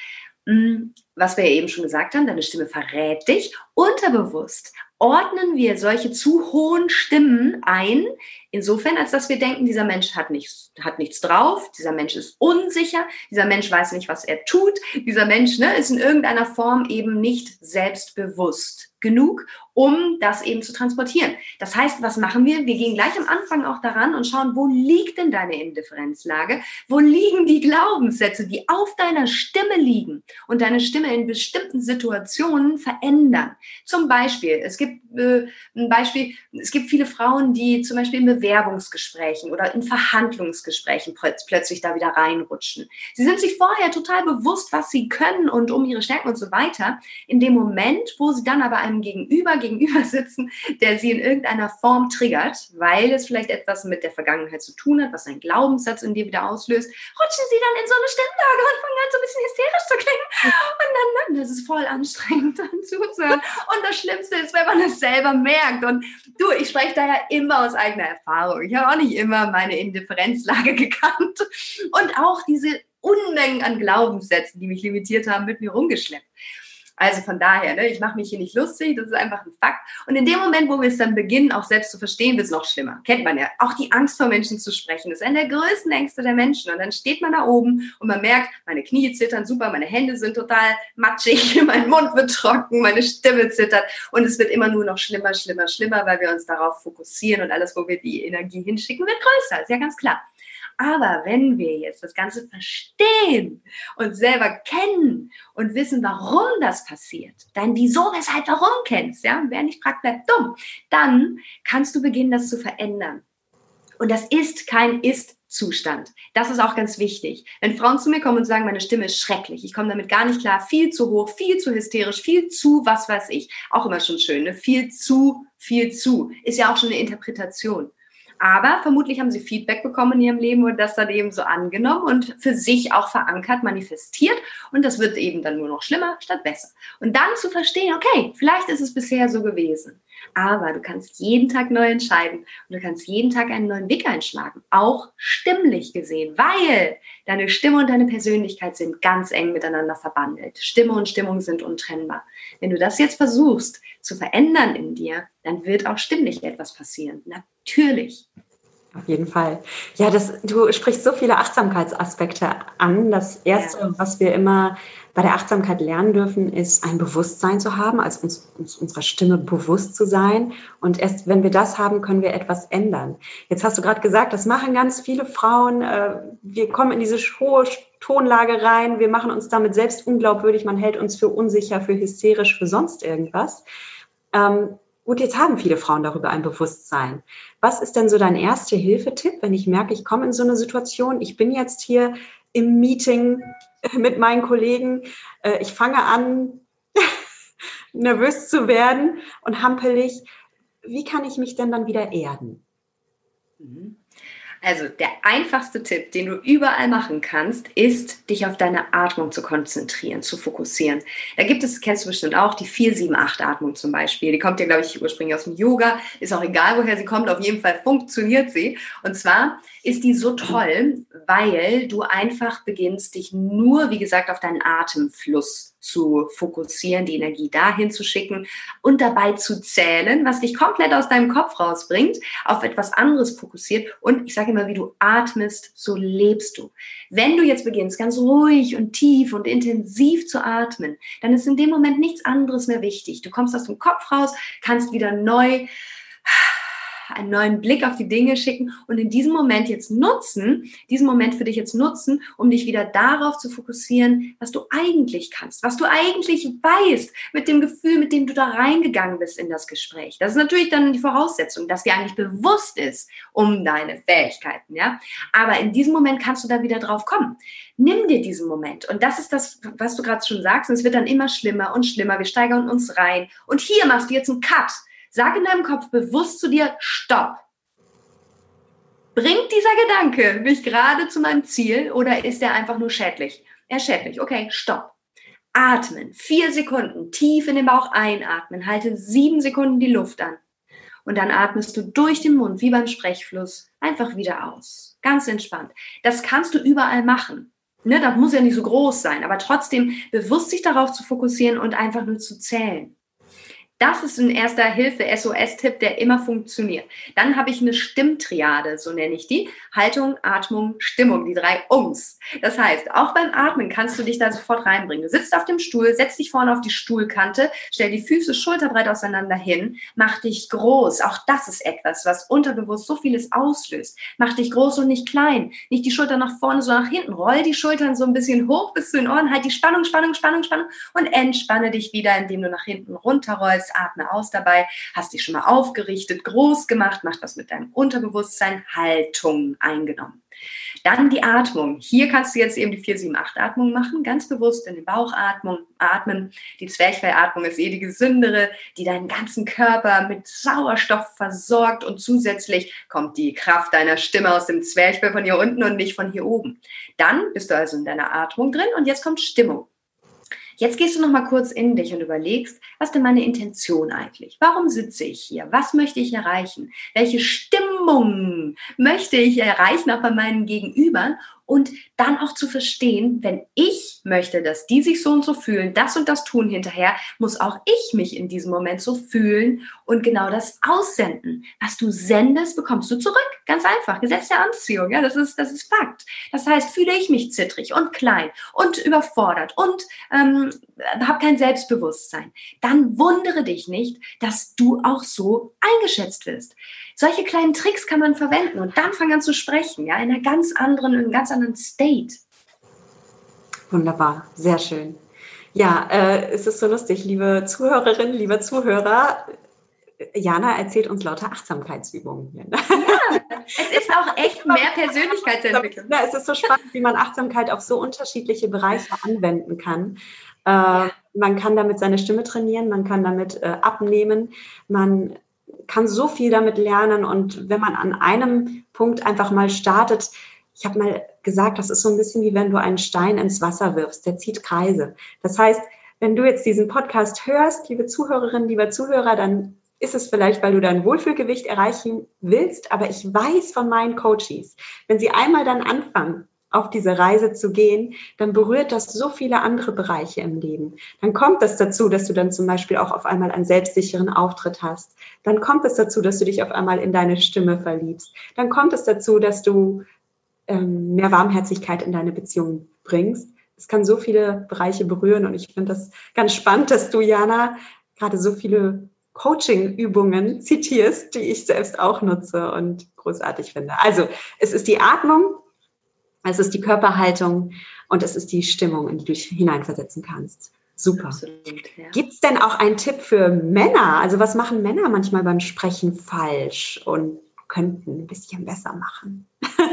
was wir ja eben schon gesagt haben, deine Stimme verrät dich. Unterbewusst ordnen wir solche zu hohen Stimmen ein, insofern, als dass wir denken, dieser Mensch hat nichts, hat nichts drauf, dieser Mensch ist unsicher, dieser Mensch weiß nicht, was er tut, dieser Mensch ne, ist in irgendeiner Form eben nicht selbstbewusst genug, um das eben zu transportieren. Das heißt, was machen wir? Wir gehen gleich am Anfang auch daran und schauen, wo liegt denn deine Indifferenzlage? Wo liegen die Glaubenssätze, die auf deiner Stimme liegen und deine Stimme in bestimmten Situationen verändern? Zum Beispiel, es gibt äh, ein Beispiel, es gibt viele Frauen, die zum Beispiel in Bewerbungsgesprächen oder in Verhandlungsgesprächen plötz- plötzlich da wieder reinrutschen. Sie sind sich vorher total bewusst, was sie können und um ihre Stärken und so weiter. In dem Moment, wo sie dann aber einem Gegenüber gegenüber sitzen, der sie in irgendeiner Form triggert, weil es vielleicht etwas mit der Vergangenheit zu tun hat, was ein Glaubenssatz in dir wieder auslöst, rutschen sie dann in so eine Stimmlage und fangen an, so ein bisschen hysterisch zu klingen. Und dann, das ist voll anstrengend, dann zuzuhören. Und das Schlimmste ist, wenn man es selber merkt. Und du, ich spreche da ja immer aus eigener Erfahrung. Ich habe auch nicht immer meine Indifferenzlage gekannt und auch diese Unmengen an Glaubenssätzen, die mich limitiert haben, mit mir rumgeschleppt. Also von daher, ne, ich mache mich hier nicht lustig, das ist einfach ein Fakt. Und in dem Moment, wo wir es dann beginnen, auch selbst zu verstehen, wird es noch schlimmer. Kennt man ja. Auch die Angst vor Menschen zu sprechen, das ist eine der größten Ängste der Menschen. Und dann steht man da oben und man merkt, meine Knie zittern super, meine Hände sind total matschig, mein Mund wird trocken, meine Stimme zittert. Und es wird immer nur noch schlimmer, schlimmer, schlimmer, weil wir uns darauf fokussieren und alles, wo wir die Energie hinschicken, wird größer. Ist ja ganz klar. Aber wenn wir jetzt das Ganze verstehen und selber kennen und wissen, warum das passiert, dein Wieso, Weshalb, Warum kennst, ja, wer nicht fragt, bleibt dumm, dann kannst du beginnen, das zu verändern. Und das ist kein Ist-Zustand. Das ist auch ganz wichtig. Wenn Frauen zu mir kommen und sagen, meine Stimme ist schrecklich, ich komme damit gar nicht klar, viel zu hoch, viel zu hysterisch, viel zu, was weiß ich, auch immer schon schön, ne? Viel zu, viel zu, ist ja auch schon eine Interpretation. Aber vermutlich haben sie Feedback bekommen in ihrem Leben und das dann eben so angenommen und für sich auch verankert, manifestiert. Und das wird eben dann nur noch schlimmer statt besser. Und dann zu verstehen, okay, vielleicht ist es bisher so gewesen. Aber du kannst jeden Tag neu entscheiden und du kannst jeden Tag einen neuen Weg einschlagen. Auch stimmlich gesehen, weil deine Stimme und deine Persönlichkeit sind ganz eng miteinander verbandelt. Stimme und Stimmung sind untrennbar. Wenn du das jetzt versuchst zu verändern in dir, dann wird auch stimmlich etwas passieren. Natürlich. Auf jeden Fall. Ja, das, du sprichst so viele Achtsamkeitsaspekte an. Das Erste, ja. was wir immer bei der Achtsamkeit lernen dürfen, ist ein Bewusstsein zu haben, also uns, uns unserer Stimme bewusst zu sein. Und erst wenn wir das haben, können wir etwas ändern. Jetzt hast du gerade gesagt, das machen ganz viele Frauen. Wir kommen in diese hohe Tonlage rein. Wir machen uns damit selbst unglaubwürdig. Man hält uns für unsicher, für hysterisch, für sonst irgendwas. Ähm, Gut, jetzt haben viele Frauen darüber ein Bewusstsein. Was ist denn so dein erster Hilfetipp, wenn ich merke, ich komme in so eine Situation, ich bin jetzt hier im Meeting mit meinen Kollegen, ich fange an, nervös zu werden und hampelig. Wie kann ich mich denn dann wieder erden? Mhm. Also der einfachste Tipp, den du überall machen kannst, ist, dich auf deine Atmung zu konzentrieren, zu fokussieren. Da gibt es, kennst du bestimmt auch, die vier sieben acht Atmung zum Beispiel. Die kommt ja, glaube ich, ursprünglich aus dem Yoga. Ist auch egal, woher sie kommt. Auf jeden Fall funktioniert sie. Und zwar ist die so toll, weil du einfach beginnst, dich nur, wie gesagt, auf deinen Atemfluss zu fokussieren, die Energie dahin zu schicken und dabei zu zählen, was dich komplett aus deinem Kopf rausbringt, auf etwas anderes fokussiert. Und ich sage immer, wie du atmest, so lebst du. Wenn du jetzt beginnst, ganz ruhig und tief und intensiv zu atmen, dann ist in dem Moment nichts anderes mehr wichtig. Du kommst aus dem Kopf raus, kannst wieder neu einen neuen Blick auf die Dinge schicken und in diesem Moment jetzt nutzen, diesen Moment für dich jetzt nutzen, um dich wieder darauf zu fokussieren, was du eigentlich kannst, was du eigentlich weißt, mit dem Gefühl, mit dem du da reingegangen bist in das Gespräch. Das ist natürlich dann die Voraussetzung, dass dir eigentlich bewusst ist um deine Fähigkeiten, ja. Aber in diesem Moment kannst du da wieder drauf kommen. Nimm dir diesen Moment und das ist das, was du gerade schon sagst, und es wird dann immer schlimmer und schlimmer, wir steigern uns rein und hier machst du jetzt einen Cut. Sag in deinem Kopf bewusst zu dir, stopp. Bringt dieser Gedanke mich gerade zu meinem Ziel oder ist er einfach nur schädlich? Er ist schädlich, okay, stopp. Atmen, vier Sekunden, tief in den Bauch einatmen, halte sieben Sekunden die Luft an. Und dann atmest du durch den Mund, wie beim Sprechfluss, einfach wieder aus. Ganz entspannt. Das kannst du überall machen. Ne, das muss ja nicht so groß sein, aber trotzdem bewusst sich darauf zu fokussieren und einfach nur zu zählen. Das ist ein erster Hilfe-S O S-Tipp, der immer funktioniert. Dann habe ich eine Stimmtriade, so nenne ich die. Haltung, Atmung, Stimmung, die drei Ums. Das heißt, auch beim Atmen kannst du dich da sofort reinbringen. Du sitzt auf dem Stuhl, setz dich vorne auf die Stuhlkante, stell die Füße schulterbreit auseinander hin, mach dich groß. Auch das ist etwas, was unterbewusst so vieles auslöst. Mach dich groß und nicht klein. Nicht die Schultern nach vorne, so nach hinten. Roll die Schultern so ein bisschen hoch bis zu den Ohren. Halt die Spannung, Spannung, Spannung, Spannung und entspanne dich wieder, indem du nach hinten runterrollst. Atme aus dabei, hast dich schon mal aufgerichtet, groß gemacht, mach das mit deinem Unterbewusstsein, Haltung eingenommen. Dann die Atmung. Hier kannst du jetzt eben die vier sieben acht Atmung machen, ganz bewusst in den Bauchatmung atmen. Die Zwerchfellatmung ist eh die gesündere, die deinen ganzen Körper mit Sauerstoff versorgt und zusätzlich kommt die Kraft deiner Stimme aus dem Zwerchfell von hier unten und nicht von hier oben. Dann bist du also in deiner Atmung drin und jetzt kommt Stimmung. Jetzt gehst du noch mal kurz in dich und überlegst, was denn meine Intention eigentlich? Warum sitze ich hier? Was möchte ich erreichen? Welche Stimmung möchte ich erreichen, auch bei meinen Gegenübern? Und dann auch zu verstehen, wenn ich möchte, dass die sich so und so fühlen, das und das tun hinterher, muss auch ich mich in diesem Moment so fühlen und genau das aussenden. Was du sendest, bekommst du zurück. Ganz einfach. Gesetz der Anziehung. Ja, das ist, das ist Fakt. Das heißt, fühle ich mich zittrig und klein und überfordert und ähm, habe kein Selbstbewusstsein. Dann wundere dich nicht, dass du auch so eingeschätzt wirst. Solche kleinen Tricks kann man verwenden und dann fang an zu sprechen, ja, in einer ganz anderen, in einem ganz anderen State. Wunderbar, sehr schön. Ja, äh, es ist so lustig, liebe Zuhörerinnen, lieber Zuhörer, Jana erzählt uns lauter Achtsamkeitsübungen hier. Ja, es ist auch echt mehr Persönlichkeitsentwicklung. Ja, es ist so spannend, wie man Achtsamkeit auf so unterschiedliche Bereiche anwenden kann. Äh, ja. Man kann damit seine Stimme trainieren, man kann damit äh, abnehmen, man kann so viel damit lernen und wenn man an einem Punkt einfach mal startet, ich habe mal gesagt, das ist so ein bisschen wie wenn du einen Stein ins Wasser wirfst, der zieht Kreise. Das heißt, wenn du jetzt diesen Podcast hörst, liebe Zuhörerinnen, lieber Zuhörer, dann ist es vielleicht, weil du dein Wohlfühlgewicht erreichen willst, aber ich weiß von meinen Coaches, wenn sie einmal dann anfangen, auf diese Reise zu gehen, dann berührt das so viele andere Bereiche im Leben. Dann kommt es dazu, dass du dann zum Beispiel auch auf einmal einen selbstsicheren Auftritt hast. Dann kommt es dazu, dass du dich auf einmal in deine Stimme verliebst. Dann kommt es dazu, dass du ähm, mehr Warmherzigkeit in deine Beziehung bringst. Es kann so viele Bereiche berühren und ich finde das ganz spannend, dass du, Jana, gerade so viele Coaching-Übungen zitierst, die ich selbst auch nutze und großartig finde. Also es ist die Atmung, es ist die Körperhaltung und es ist die Stimmung, in die du dich hineinversetzen kannst. Super. Absolut, ja. Gibt es denn auch einen Tipp für Männer? Also was machen Männer manchmal beim Sprechen falsch und könnten ein bisschen besser machen?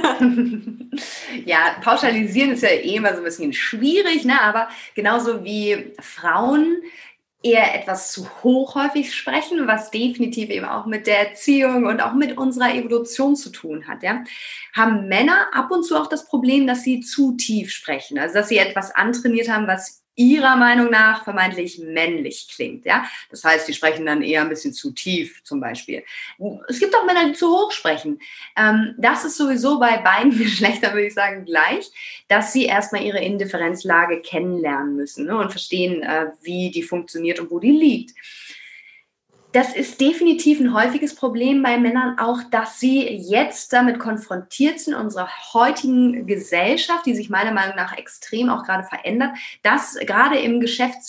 Ja, pauschalisieren ist ja eh immer so ein bisschen schwierig, ne? Aber genauso wie Frauen eher etwas zu hochhäufig sprechen, was definitiv eben auch mit der Erziehung und auch mit unserer Evolution zu tun hat, ja, haben Männer ab und zu auch das Problem, dass sie zu tief sprechen, also dass sie etwas antrainiert haben, was ihrer Meinung nach vermeintlich männlich klingt, ja. Das heißt, die sprechen dann eher ein bisschen zu tief zum Beispiel. Es gibt auch Männer, die zu hoch sprechen. Ähm, das ist sowieso bei beiden Geschlechtern, würde ich sagen, gleich, dass sie erstmal ihre Indifferenzlage kennenlernen müssen, ne, und verstehen, äh, wie die funktioniert und wo die liegt. Das ist definitiv ein häufiges Problem bei Männern auch, dass sie jetzt damit konfrontiert sind, in unserer heutigen Gesellschaft, die sich meiner Meinung nach extrem auch gerade verändert, dass gerade im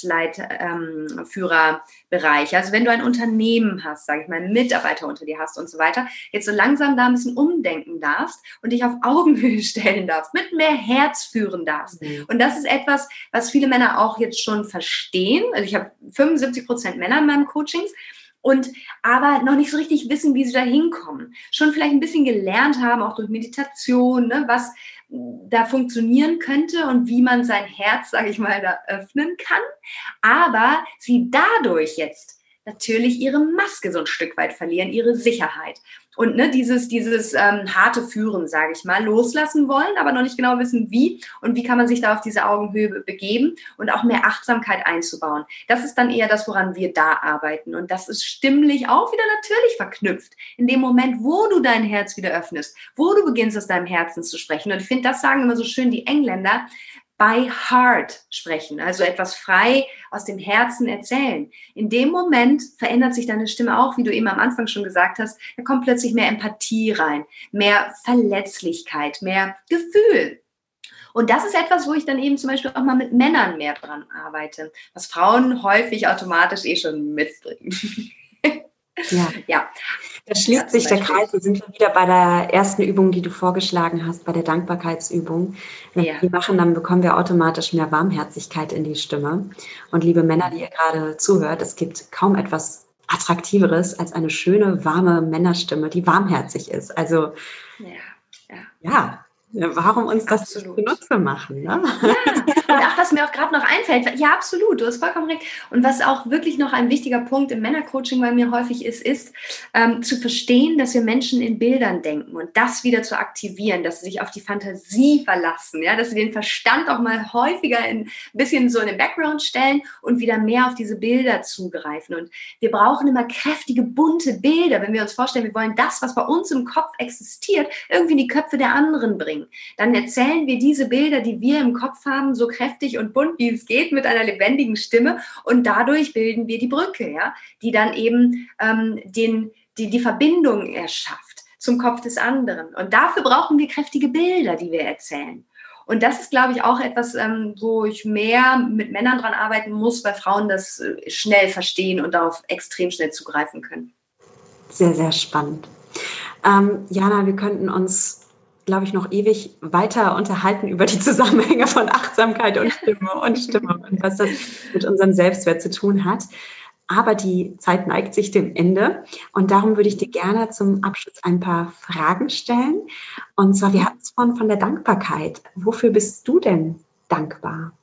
Geschäftsführerbereich, also wenn du ein Unternehmen hast, sage ich mal, Mitarbeiter unter dir hast und so weiter, jetzt so langsam da ein bisschen umdenken darfst und dich auf Augenhöhe stellen darfst, mit mehr Herz führen darfst. Mhm. Und das ist etwas, was viele Männer auch jetzt schon verstehen. Also ich habe fünfundsiebzig Prozent Männer in meinem Coachings, und aber noch nicht so richtig wissen, wie sie da hinkommen. Schon vielleicht ein bisschen gelernt haben, auch durch Meditation, ne, was da funktionieren könnte und wie man sein Herz, sage ich mal, da öffnen kann. Aber sie dadurch jetzt natürlich ihre Maske so ein Stück weit verlieren, ihre Sicherheit. und ne, dieses, dieses ähm, harte Führen, sage ich mal, loslassen wollen, aber noch nicht genau wissen, wie und wie kann man sich da auf diese Augenhöhe begeben und auch mehr Achtsamkeit einzubauen. Das ist dann eher das, woran wir da arbeiten und das ist stimmlich auch wieder natürlich verknüpft. In dem Moment, wo du dein Herz wieder öffnest, wo du beginnst, aus deinem Herzen zu sprechen. Und ich finde, das sagen immer so schön die Engländer, by heart sprechen, also etwas frei aus dem Herzen erzählen. In dem Moment verändert sich deine Stimme auch, wie du eben am Anfang schon gesagt hast, da kommt plötzlich mehr Empathie rein, mehr Verletzlichkeit, mehr Gefühl. Und das ist etwas, wo ich dann eben zum Beispiel auch mal mit Männern mehr dran arbeite, was Frauen häufig automatisch eh schon mitbringen. Ja. ja. Da schließt ja, sich der Kreis. Wir sind schon wieder bei der ersten Übung, die du vorgeschlagen hast, bei der Dankbarkeitsübung. Wenn ja. wir die machen, dann bekommen wir automatisch mehr Warmherzigkeit in die Stimme. Und liebe Männer, die ihr gerade zuhört, es gibt kaum etwas Attraktiveres als eine schöne, warme Männerstimme, die warmherzig ist. Also ja, ja. ja. Warum uns das absolut zunutze machen? Ne? Ja, und auch was mir auch gerade noch einfällt, ja absolut, du hast vollkommen recht. Und was auch wirklich noch ein wichtiger Punkt im Männercoaching bei mir häufig ist, ist ähm, zu verstehen, dass wir Menschen in Bildern denken und das wieder zu aktivieren, dass sie sich auf die Fantasie verlassen, ja, dass sie den Verstand auch mal häufiger ein bisschen so in den Background stellen und wieder mehr auf diese Bilder zugreifen. Und wir brauchen immer kräftige, bunte Bilder, wenn wir uns vorstellen, wir wollen das, was bei uns im Kopf existiert, irgendwie in die Köpfe der anderen bringen. Dann erzählen wir diese Bilder, die wir im Kopf haben, so kräftig und bunt, wie es geht, mit einer lebendigen Stimme und dadurch bilden wir die Brücke, ja, die dann eben ähm, den, die, die Verbindung erschafft zum Kopf des anderen. Und dafür brauchen wir kräftige Bilder, die wir erzählen. Und das ist, glaube ich, auch etwas, ähm, wo ich mehr mit Männern dran arbeiten muss, weil Frauen das äh, schnell verstehen und darauf extrem schnell zugreifen können. Sehr, sehr spannend. Ähm, Jana, wir könnten uns glaube ich, noch ewig weiter unterhalten über die Zusammenhänge von Achtsamkeit und Stimme und Stimme und was das mit unserem Selbstwert zu tun hat. Aber die Zeit neigt sich dem Ende und darum würde ich dir gerne zum Abschluss ein paar Fragen stellen. Und zwar, wir hatten es von, von der Dankbarkeit. Wofür bist du denn dankbar?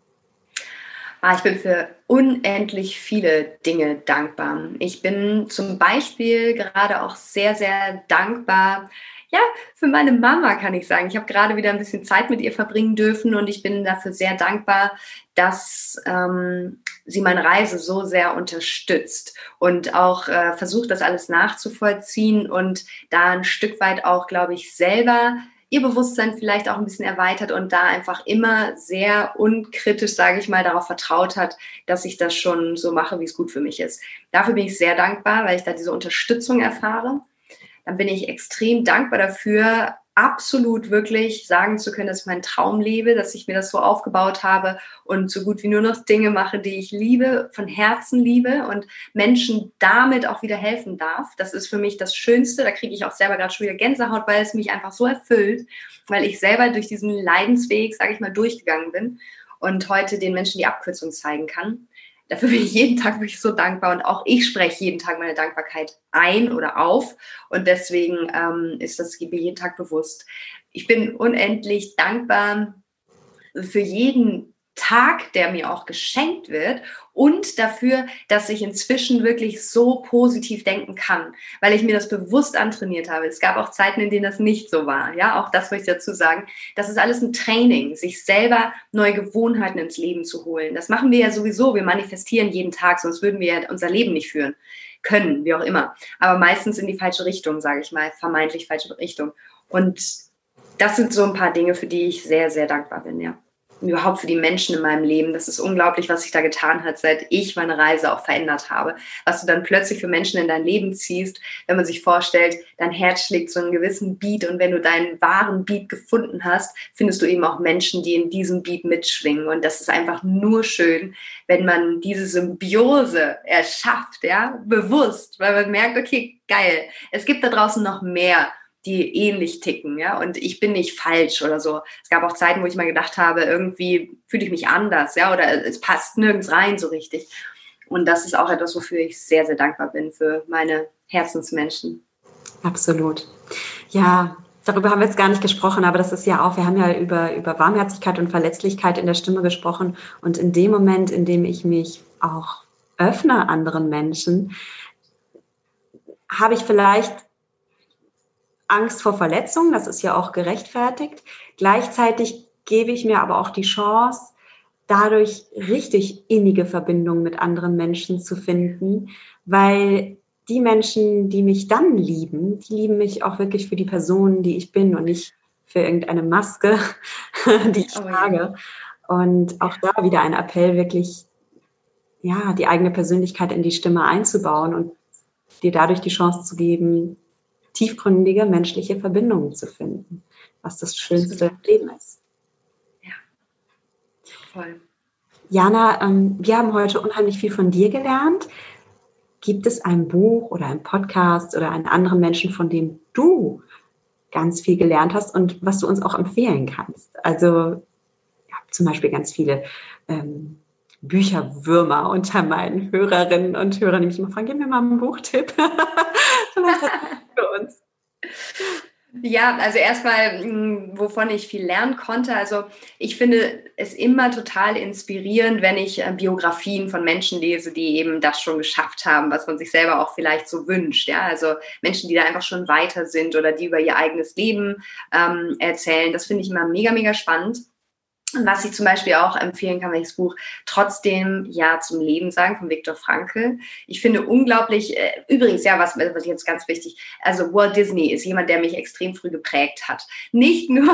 Ah, ich bin für unendlich viele Dinge dankbar. Ich bin zum Beispiel gerade auch sehr, sehr dankbar, ja, für meine Mama kann ich sagen. Ich habe gerade wieder ein bisschen Zeit mit ihr verbringen dürfen und ich bin dafür sehr dankbar, dass ähm, sie meine Reise so sehr unterstützt und auch äh, versucht, das alles nachzuvollziehen und da ein Stück weit auch, glaube ich, selber ihr Bewusstsein vielleicht auch ein bisschen erweitert und da einfach immer sehr unkritisch, sage ich mal, darauf vertraut hat, dass ich das schon so mache, wie es gut für mich ist. Dafür bin ich sehr dankbar, weil ich da diese Unterstützung erfahre. Dann bin ich extrem dankbar dafür, absolut wirklich sagen zu können, dass ich meinen Traum lebe, dass ich mir das so aufgebaut habe und so gut wie nur noch Dinge mache, die ich liebe, von Herzen liebe und Menschen damit auch wieder helfen darf. Das ist für mich das Schönste. Da kriege ich auch selber gerade schon wieder Gänsehaut, weil es mich einfach so erfüllt, weil ich selber durch diesen Leidensweg, sage ich mal, durchgegangen bin und heute den Menschen die Abkürzung zeigen kann. Dafür bin ich jeden Tag wirklich so dankbar und auch ich spreche jeden Tag meine Dankbarkeit ein oder auf und deswegen ähm, ist das mir jeden Tag bewusst. Ich bin unendlich dankbar für jeden Tag, der mir auch geschenkt wird und dafür, dass ich inzwischen wirklich so positiv denken kann, weil ich mir das bewusst antrainiert habe. Es gab auch Zeiten, in denen das nicht so war. Ja, auch das möchte ich dazu sagen. Das ist alles ein Training, sich selber neue Gewohnheiten ins Leben zu holen. Das machen wir ja sowieso. Wir manifestieren jeden Tag, sonst würden wir ja unser Leben nicht führen können, wie auch immer. Aber meistens in die falsche Richtung, sage ich mal, vermeintlich falsche Richtung. Und das sind so ein paar Dinge, für die ich sehr, sehr dankbar bin, ja. Überhaupt für die Menschen in meinem Leben. Das ist unglaublich, was sich da getan hat, seit ich meine Reise auch verändert habe. Was du dann plötzlich für Menschen in dein Leben ziehst, wenn man sich vorstellt, dein Herz schlägt so einen gewissen Beat und wenn du deinen wahren Beat gefunden hast, findest du eben auch Menschen, die in diesem Beat mitschwingen. Und das ist einfach nur schön, wenn man diese Symbiose erschafft, ja, bewusst, weil man merkt, okay, geil, es gibt da draußen noch mehr, die ähnlich ticken, ja, und ich bin nicht falsch oder so. Es gab auch Zeiten, wo ich mal gedacht habe, irgendwie fühle ich mich anders, ja, oder es passt nirgends rein so richtig. Und das ist auch etwas, wofür ich sehr, sehr dankbar bin für meine Herzensmenschen. Absolut. Ja, darüber haben wir jetzt gar nicht gesprochen, aber das ist ja auch, wir haben ja über, über Warmherzigkeit und Verletzlichkeit in der Stimme gesprochen und in dem Moment, in dem ich mich auch öffne anderen Menschen, habe ich vielleicht Angst vor Verletzungen, das ist ja auch gerechtfertigt. Gleichzeitig gebe ich mir aber auch die Chance, dadurch richtig innige Verbindungen mit anderen Menschen zu finden, weil die Menschen, die mich dann lieben, die lieben mich auch wirklich für die Person, die ich bin und nicht für irgendeine Maske, die ich Oh ja. trage. Und auch da wieder ein Appell, wirklich ja, die eigene Persönlichkeit in die Stimme einzubauen und dir dadurch die Chance zu geben, tiefgründige menschliche Verbindungen zu finden, was das Schönste im Leben ist. Ja, voll. Jana, ähm, wir haben heute unheimlich viel von dir gelernt. Gibt es ein Buch oder ein Podcast oder einen anderen Menschen, von dem du ganz viel gelernt hast und was du uns auch empfehlen kannst? Also ich habe zum Beispiel ganz viele ähm, Bücherwürmer unter meinen Hörerinnen und Hörern, die mich immer fragen, gib mir mal einen Buchtipp. Was hast du für uns? Ja, also erstmal, wovon ich viel lernen konnte. Also ich finde es immer total inspirierend, wenn ich Biografien von Menschen lese, die eben das schon geschafft haben, was man sich selber auch vielleicht so wünscht. Ja, also Menschen, die da einfach schon weiter sind oder die über ihr eigenes Leben ähm, erzählen. Das finde ich immer mega, mega spannend. Und was ich zum Beispiel auch empfehlen kann, welches Buch Trotzdem Ja zum Leben sagen von Viktor Frankl. Ich finde unglaublich, äh, übrigens, ja, was, was jetzt ganz wichtig, also Walt Disney ist jemand, der mich extrem früh geprägt hat. Nicht nur,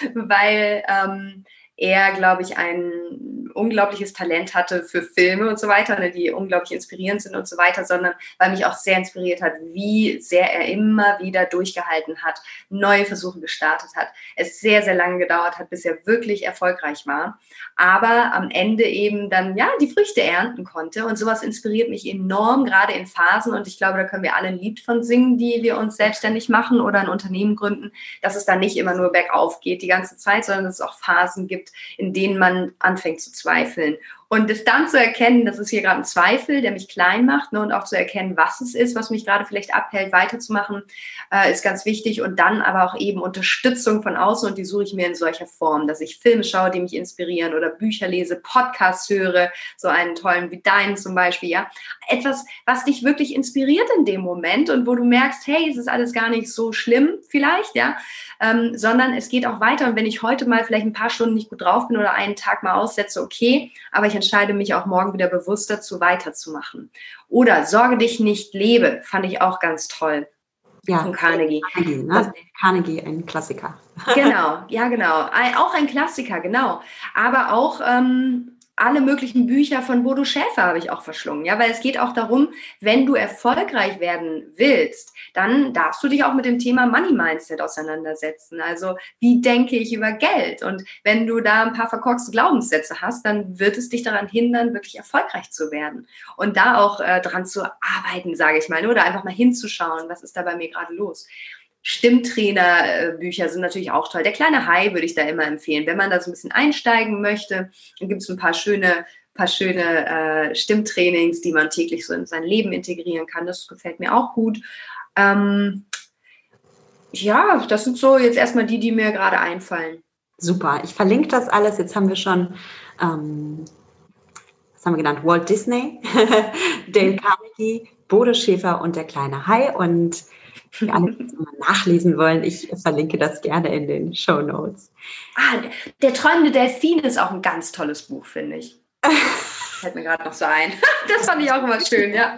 weil ähm, er, glaube ich, ein unglaubliches Talent hatte für Filme und so weiter, ne, die unglaublich inspirierend sind und so weiter, sondern weil mich auch sehr inspiriert hat, wie sehr er immer wieder durchgehalten hat, neue Versuche gestartet hat. Es sehr, sehr lange gedauert hat, bis er wirklich erfolgreich war, aber am Ende eben dann, ja, die Früchte ernten konnte und sowas inspiriert mich enorm, gerade in Phasen und ich glaube, da können wir alle ein Lied von singen, die wir uns selbstständig machen oder ein Unternehmen gründen, dass es dann nicht immer nur bergauf geht die ganze Zeit, sondern dass es auch Phasen gibt, in denen man anfängt zu zweifeln. Und das dann zu erkennen, das ist hier gerade ein Zweifel, der mich klein macht, ne, und auch zu erkennen, was es ist, was mich gerade vielleicht abhält, weiterzumachen, äh, ist ganz wichtig. Und dann aber auch eben Unterstützung von außen und die suche ich mir in solcher Form, dass ich Filme schaue, die mich inspirieren oder Bücher lese, Podcasts höre, so einen tollen wie deinen zum Beispiel, ja. Etwas, was dich wirklich inspiriert in dem Moment und wo du merkst, hey, es ist alles gar nicht so schlimm vielleicht, ja, ähm, sondern es geht auch weiter. Und wenn ich heute mal vielleicht ein paar Stunden nicht gut drauf bin oder einen Tag mal aussetze, okay, aber ich entscheide mich auch morgen wieder bewusst dazu, weiterzumachen. Oder Sorge dich nicht, lebe, fand ich auch ganz toll. Ja, von Carnegie. Carnegie, ne? Carnegie, ein Klassiker. Genau, ja genau. Auch ein Klassiker, genau. Aber auch ähm, alle möglichen Bücher von Bodo Schäfer habe ich auch verschlungen. Ja, weil es geht auch darum, wenn du erfolgreich werden willst, dann darfst du dich auch mit dem Thema Money Mindset auseinandersetzen. Also wie denke ich über Geld? Und wenn du da ein paar verkorkste Glaubenssätze hast, dann wird es dich daran hindern, wirklich erfolgreich zu werden. Und da auch äh, dran zu arbeiten, sage ich mal, oder einfach mal hinzuschauen, was ist da bei mir gerade los. Stimmtrainer-Bücher sind natürlich auch toll. Der kleine Hai würde ich da immer empfehlen. Wenn man da so ein bisschen einsteigen möchte, dann gibt es ein paar schöne, paar schöne äh, Stimmtrainings, die man täglich so in sein Leben integrieren kann. Das gefällt mir auch gut. Ähm, ja, das sind so jetzt erstmal die, die mir gerade einfallen. Super, ich verlinke das alles. Jetzt haben wir schon, ähm, was haben wir genannt? Walt Disney, Dale Carnegie, Bodo Schäfer und der kleine Hai. Und für alle, die das mal nachlesen wollen, ich verlinke das gerne in den Shownotes. Ah, der träumende Delfin ist auch ein ganz tolles Buch, finde ich. Fällt mir gerade noch so ein. Das fand ich auch immer schön, ja.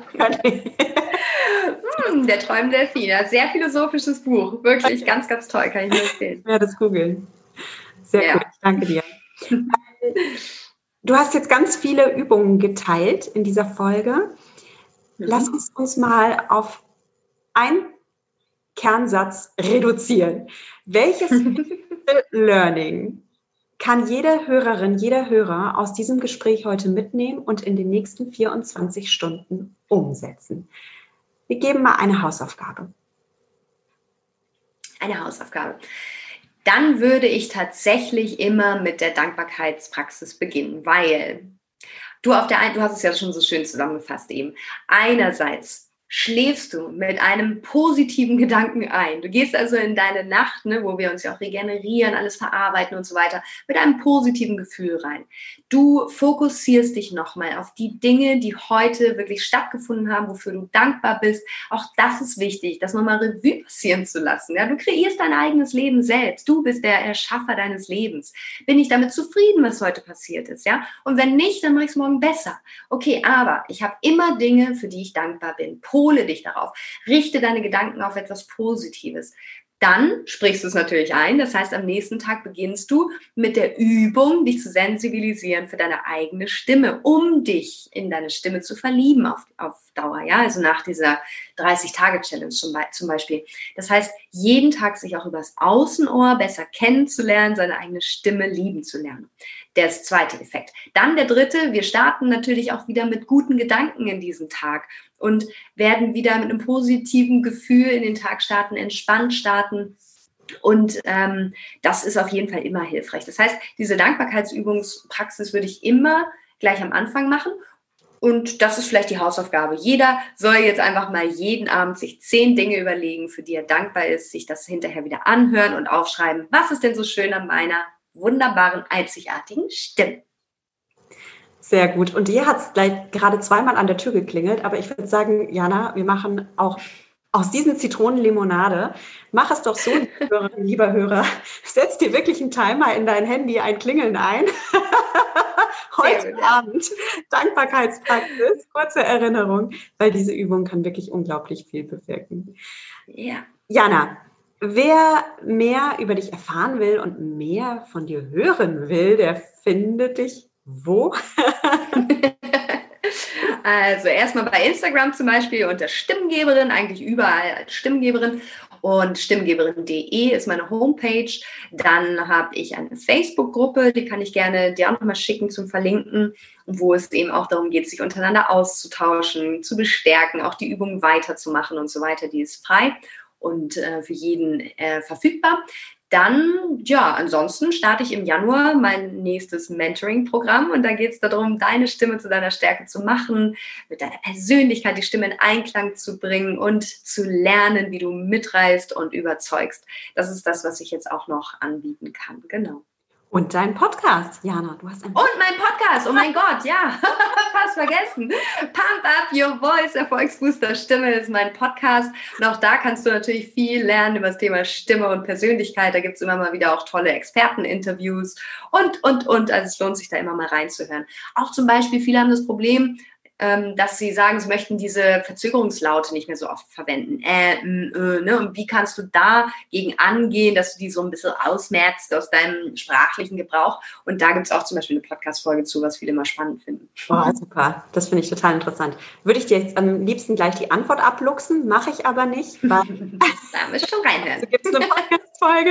hm, der träumende Delfin, ein sehr philosophisches Buch. Wirklich ganz, ganz toll, kann ich nur empfehlen. Ich werde es googeln. Sehr ja. gut, danke dir. Du hast jetzt ganz viele Übungen geteilt in dieser Folge. Mhm. Lass uns uns mal auf ein Kernsatz reduzieren. Welches Learning kann jede Hörerin, jeder Hörer aus diesem Gespräch heute mitnehmen und in den nächsten vierundzwanzig Stunden umsetzen? Wir geben mal eine Hausaufgabe. Eine Hausaufgabe. Dann würde ich tatsächlich immer mit der Dankbarkeitspraxis beginnen, weil du auf der einen, du hast es ja schon so schön zusammengefasst eben. Einerseits schläfst du mit einem positiven Gedanken ein. Du gehst also in deine Nacht, ne, wo wir uns ja auch regenerieren, alles verarbeiten und so weiter, mit einem positiven Gefühl rein. Du fokussierst dich nochmal auf die Dinge, die heute wirklich stattgefunden haben, wofür du dankbar bist. Auch das ist wichtig, das nochmal Revue passieren zu lassen. Ja, du kreierst dein eigenes Leben selbst. Du bist der Erschaffer deines Lebens. Bin ich damit zufrieden, was heute passiert ist? Ja? Und wenn nicht, dann mache ich es morgen besser. Okay, aber ich habe immer Dinge, für die ich dankbar bin. Pole dich darauf. Richte deine Gedanken auf etwas Positives. Dann sprichst du es natürlich ein. Das heißt, am nächsten Tag beginnst du mit der Übung, dich zu sensibilisieren für deine eigene Stimme, um dich in deine Stimme zu verlieben auf, auf Dauer. Ja, also nach dieser dreißig-Tage-Challenge zum Beispiel. Das heißt, jeden Tag sich auch übers Außenohr besser kennenzulernen, seine eigene Stimme lieben zu lernen. Der ist der zweite Effekt. Dann der dritte, wir starten natürlich auch wieder mit guten Gedanken in diesen Tag und werden wieder mit einem positiven Gefühl in den Tag starten, entspannt starten. Und ähm, das ist auf jeden Fall immer hilfreich. Das heißt, diese Dankbarkeitsübungspraxis würde ich immer gleich am Anfang machen. Und das ist vielleicht die Hausaufgabe. Jeder soll jetzt einfach mal jeden Abend sich zehn Dinge überlegen, für die er dankbar ist, sich das hinterher wieder anhören und aufschreiben. Was ist denn so schön an meiner wunderbaren, einzigartigen Stimme? Sehr gut. Und dir hat es gleich gerade zweimal an der Tür geklingelt, aber ich würde sagen, Jana, wir machen auch aus diesen Zitronenlimonade. Mach es doch so, lieber Hörer, lieber Hörer, setz dir wirklich einen Timer in dein Handy, ein Klingeln ein. Heute gut, Abend, Dankbarkeitspraxis, kurze Erinnerung, weil diese Übung kann wirklich unglaublich viel bewirken. Ja. Jana, wer mehr über dich erfahren will und mehr von dir hören will, der findet dich wo? Also erstmal bei Instagram zum Beispiel unter Stimmgeberin, eigentlich überall als Stimmgeberin. Und stimmgeberin punkt de ist meine Homepage. Dann habe ich eine Facebook-Gruppe, die kann ich gerne dir auch nochmal schicken zum Verlinken, wo es eben auch darum geht, sich untereinander auszutauschen, zu bestärken, auch die Übungen weiterzumachen und so weiter. Die ist frei und äh, für jeden äh, verfügbar. Dann, ja, ansonsten starte ich im Januar mein nächstes Mentoring-Programm und da geht es darum, deine Stimme zu deiner Stärke zu machen, mit deiner Persönlichkeit die Stimme in Einklang zu bringen und zu lernen, wie du mitreißt und überzeugst. Das ist das, was ich jetzt auch noch anbieten kann, genau. Und dein Podcast, Jana, du hast einen Und mein Podcast, oh mein Gott, ja, fast vergessen. Pump Up Your Voice, Erfolgsbooster Stimme ist mein Podcast. Und auch da kannst du natürlich viel lernen über das Thema Stimme und Persönlichkeit. Da gibt es immer mal wieder auch tolle Experteninterviews und, und, und. Also es lohnt sich da immer mal reinzuhören. Auch zum Beispiel, viele haben das Problem, dass sie sagen, sie möchten diese Verzögerungslaute nicht mehr so oft verwenden. Äh, m, äh, ne? Und wie kannst du dagegen angehen, dass du die so ein bisschen ausmerzt aus deinem sprachlichen Gebrauch? Und da gibt es auch zum Beispiel eine Podcast-Folge zu, was viele mal spannend finden. Boah, super. Das finde ich total interessant. Würde ich dir jetzt am liebsten gleich die Antwort abluchsen, mache ich aber nicht. Da müsst du schon reinhören. Also gibt es eine Podcast-Folge?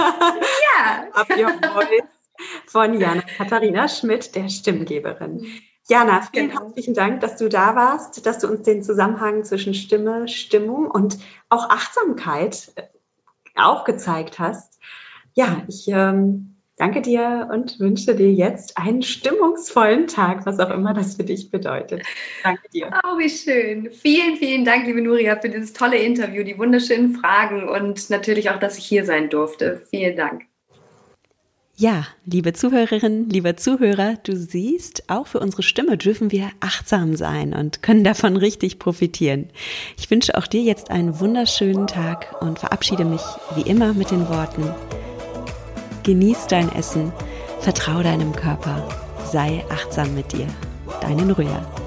Ja. Up Your Voice von Jana Katharina Schmidt, der Stimmgeberin. Jana, vielen genau. herzlichen Dank, dass du da warst, dass du uns den Zusammenhang zwischen Stimme, Stimmung und auch Achtsamkeit aufgezeigt hast. Ja, ich ähm, danke dir und wünsche dir jetzt einen stimmungsvollen Tag, was auch immer das für dich bedeutet. Danke dir. Oh, wie schön. Vielen, vielen Dank, liebe Nuria, für dieses tolle Interview, die wunderschönen Fragen und natürlich auch, dass ich hier sein durfte. Vielen Dank. Ja, liebe Zuhörerinnen, lieber Zuhörer, du siehst, auch für unsere Stimme dürfen wir achtsam sein und können davon richtig profitieren. Ich wünsche auch dir jetzt einen wunderschönen Tag und verabschiede mich wie immer mit den Worten: Genieß dein Essen, vertrau deinem Körper, sei achtsam mit dir. Deine Nuria.